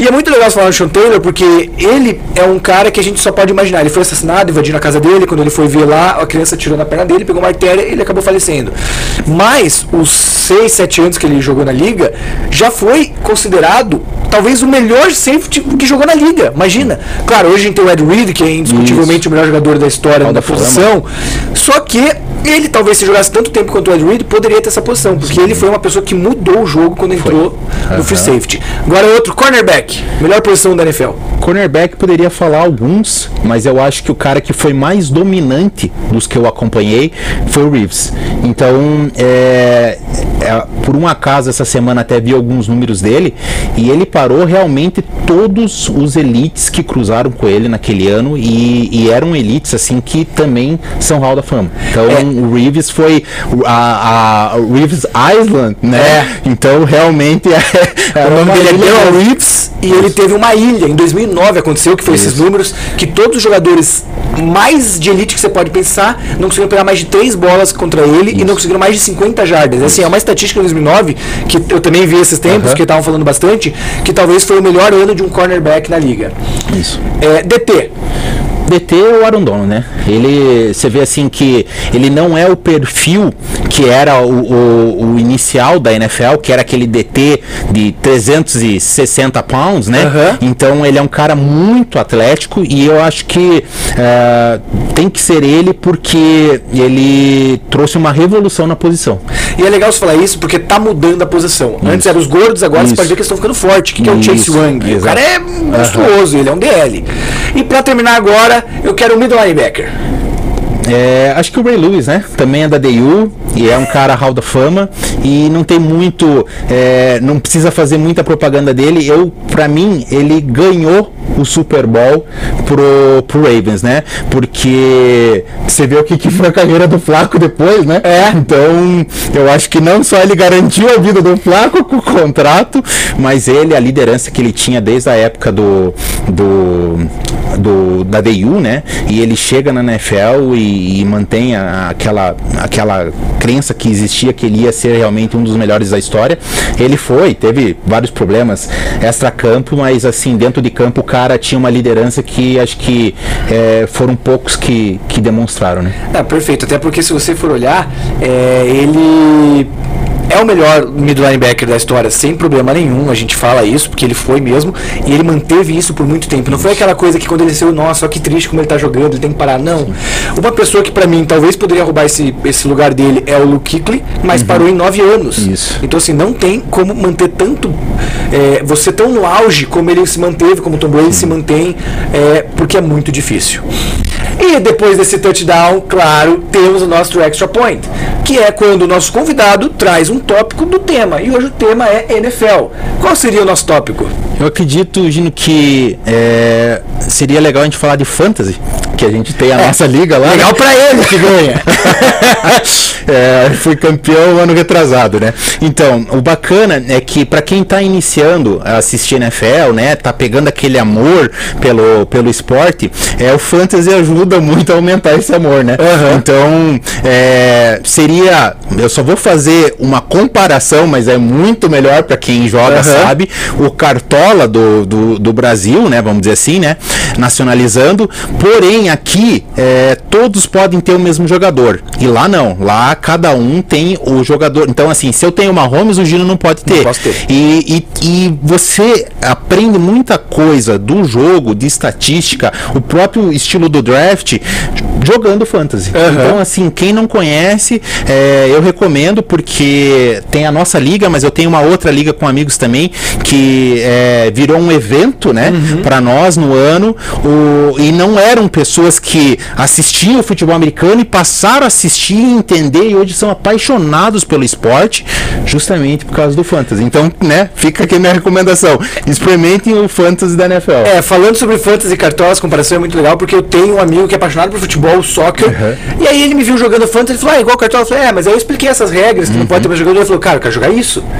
E é muito legal você falar do Sean Taylor, porque ele é um cara que a gente só pode imaginar. Ele foi assassinado, invadindo a casa dele, quando ele foi ver lá, a criança tirou na perna dele, pegou uma artéria e ele acabou falecendo. Mas os seis, sete anos que ele jogou na liga, já foi considerado talvez o melhor safety que jogou na liga. Imagina. Claro, hoje a gente tem o Ed Reed, que é indiscutivelmente Isso. o melhor jogador da história Alda da posição. Só que ele, talvez, se jogasse tanto tempo quanto o Ed Reed, poderia ter essa posição, porque Sim. ele foi uma pessoa que mudou o jogo quando entrou foi. no uhum. free safety. Agora outro, cornerback. Melhor posição da N F L. Cornerback poderia falar alguns, mas eu acho que o cara que foi mais dominante dos que eu acompanhei foi o Reeves. Então, é, é, por um acaso, essa semana até vi alguns números dele, e ele parou realmente todos os elites que cruzaram com ele naquele ano, e, e eram elites assim que também são Hall da Fama. Então, é. o Reeves foi a, a Reeves Island, né? É. Então, realmente, é, é o nome dele é Darrell Reeves, e ele teve uma ilha em dois mil e nove, aconteceu que foi Isso. esses números, que todos os jogadores mais de elite que você pode pensar não conseguiram pegar mais de três bolas contra ele Isso. e não conseguiram mais de cinquenta jardas. Assim, é uma estatística em dois mil e nove, que eu também vi esses tempos, uh-huh. que estavam falando bastante, que talvez foi o melhor ano de um cornerback na liga. Isso. É, D T. D T é o Aaron Donald, né? Ele, você vê assim que ele não é o perfil que era o, o, o inicial da N F L, que era aquele D T de trezentos e sessenta pounds, né? Uhum. Então ele é um cara muito atlético, e eu acho que uh, tem que ser ele, porque ele trouxe uma revolução na posição. E é legal você falar isso, porque tá mudando a posição. Isso. Antes eram os gordos, agora isso. você pode ver que eles estão ficando fortes. O que, que é o Chase Young? Exato. O cara é monstruoso, uhum. ele é um D L. E pra terminar agora, eu quero o middle linebacker. É, acho que o Ray Lewis, né? Também é da D U e é um cara Hall da Fama, e não tem muito, é, não precisa fazer muita propaganda dele. Eu, pra mim, ele ganhou o Super Bowl pro, pro Ravens, né? Porque você vê o que, que foi a carreira do Flaco depois, né? É. Então, eu acho que não só ele garantiu a vida do Flaco com o contrato, mas ele, a liderança que ele tinha desde a época do, do, do da D U, né? E ele chega na N F L e, e mantém a, aquela, aquela crença que existia que ele ia ser realmente um dos melhores da história. Ele foi, teve vários problemas extra-campo, mas assim, dentro de campo o cara tinha uma liderança que acho que é, foram poucos que, que demonstraram, né? Ah, perfeito, até porque se você for olhar, é, ele é o melhor middle linebacker da história, sem problema nenhum, a gente fala isso, porque ele foi mesmo, e ele manteve isso por muito tempo. Não foi aquela coisa que quando ele saiu, nossa, que triste como ele tá jogando, ele tem que parar. Não. Sim. Uma pessoa que pra mim talvez poderia roubar esse, esse lugar dele é o Luke Kuechly, mas uhum. parou em nove anos. Isso. Então assim, não tem como manter tanto, é, você tão no auge como ele se manteve, como o Tom Brady Sim. se mantém, é, porque é muito difícil. E depois desse touchdown, claro, temos o nosso extra point, que é quando o nosso convidado traz um tópico do tema. E hoje o tema é N F L. Qual seria o nosso tópico? Eu acredito, Gino, que é, seria legal a gente falar de fantasy, que a gente tem a é, nossa liga lá. Legal, né? Pra ele que ganha. É, fui campeão ano retrasado, né? Então, o bacana é que pra quem tá iniciando a assistir N F L, né, tá pegando aquele amor pelo, pelo esporte, é, o fantasy ajuda muito a aumentar esse amor, né? Uhum. Então, é, seria, eu só vou fazer uma comparação, mas é muito melhor pra quem joga, uhum. sabe? O Cartola do, do, do Brasil, né, vamos dizer assim, né, nacionalizando, porém aqui é, todos podem ter o mesmo jogador, e lá não, lá cada um tem o jogador. Então, assim, se eu tenho uma Mahomes, o Gino não pode ter. Não posso ter. E, e, e você aprende muita coisa do jogo, de estatística, o próprio estilo do draft, jogando fantasy. Uhum. Então, assim, quem não conhece, é, eu recomendo, porque tem a nossa liga, mas eu tenho uma outra liga com amigos também, que é, virou um evento, né, uhum. para nós no ano, o, e não eram pessoas que assistiam o futebol americano e passaram a assistir e entender, e hoje são apaixonados pelo esporte, justamente por causa do fantasy. Então, né, fica aqui a minha recomendação, experimentem o fantasy da N F L. É, falando sobre fantasy e cartolas, a comparação é muito legal, porque eu tenho um amigo que é apaixonado por futebol, soccer, uhum. e aí ele me viu jogando fantasy e falou, ah, igual cartola. Eu falei, é, mas aí eu expliquei essas regras, que uhum. não pode ter mais jogador. Ele falou, cara, eu quero jogar isso.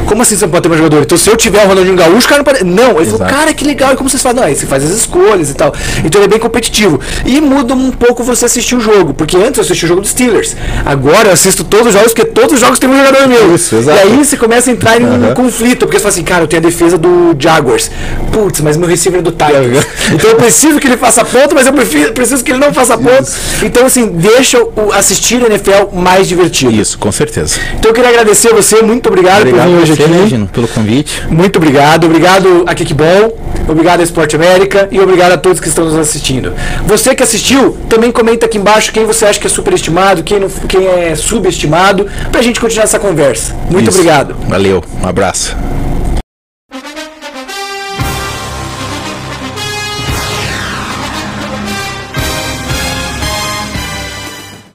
Como assim você não pode ter mais jogador? Então se eu tiver o Ronaldinho Gaúcho, o cara não pode... Não, ele Exato. falou, cara, que legal. E como vocês fazem? Não, aí você faz as escolhas e tal. Então ele é bem competitivo. E muda um pouco você assistir o jogo. Porque antes eu assistia o jogo dos Steelers. Agora eu assisto todos os jogos, porque todos os jogos tem um jogador meu. Isso, exato. E aí você começa a entrar em um Uhum. conflito. Porque você fala assim, cara, eu tenho a defesa do Jaguars. Putz, mas meu receiver é do Titans. Então eu preciso que ele faça ponto, mas eu prefiro, preciso que ele não faça ponto. Então assim, deixa o assistir o N F L mais divertido. Isso, com certeza. Então eu queria agradecer a você, muito obrigado, Obrigado por vir hoje você, aqui. né, Gino, pelo convite. Muito obrigado, obrigado a Kickball, obrigado a Esporte América e obrigado a todos que estão nos assistindo. Você que assistiu, também comenta aqui embaixo quem você acha que é superestimado, quem, não, quem é subestimado, pra gente continuar essa conversa. Muito Isso. obrigado. Valeu, um abraço.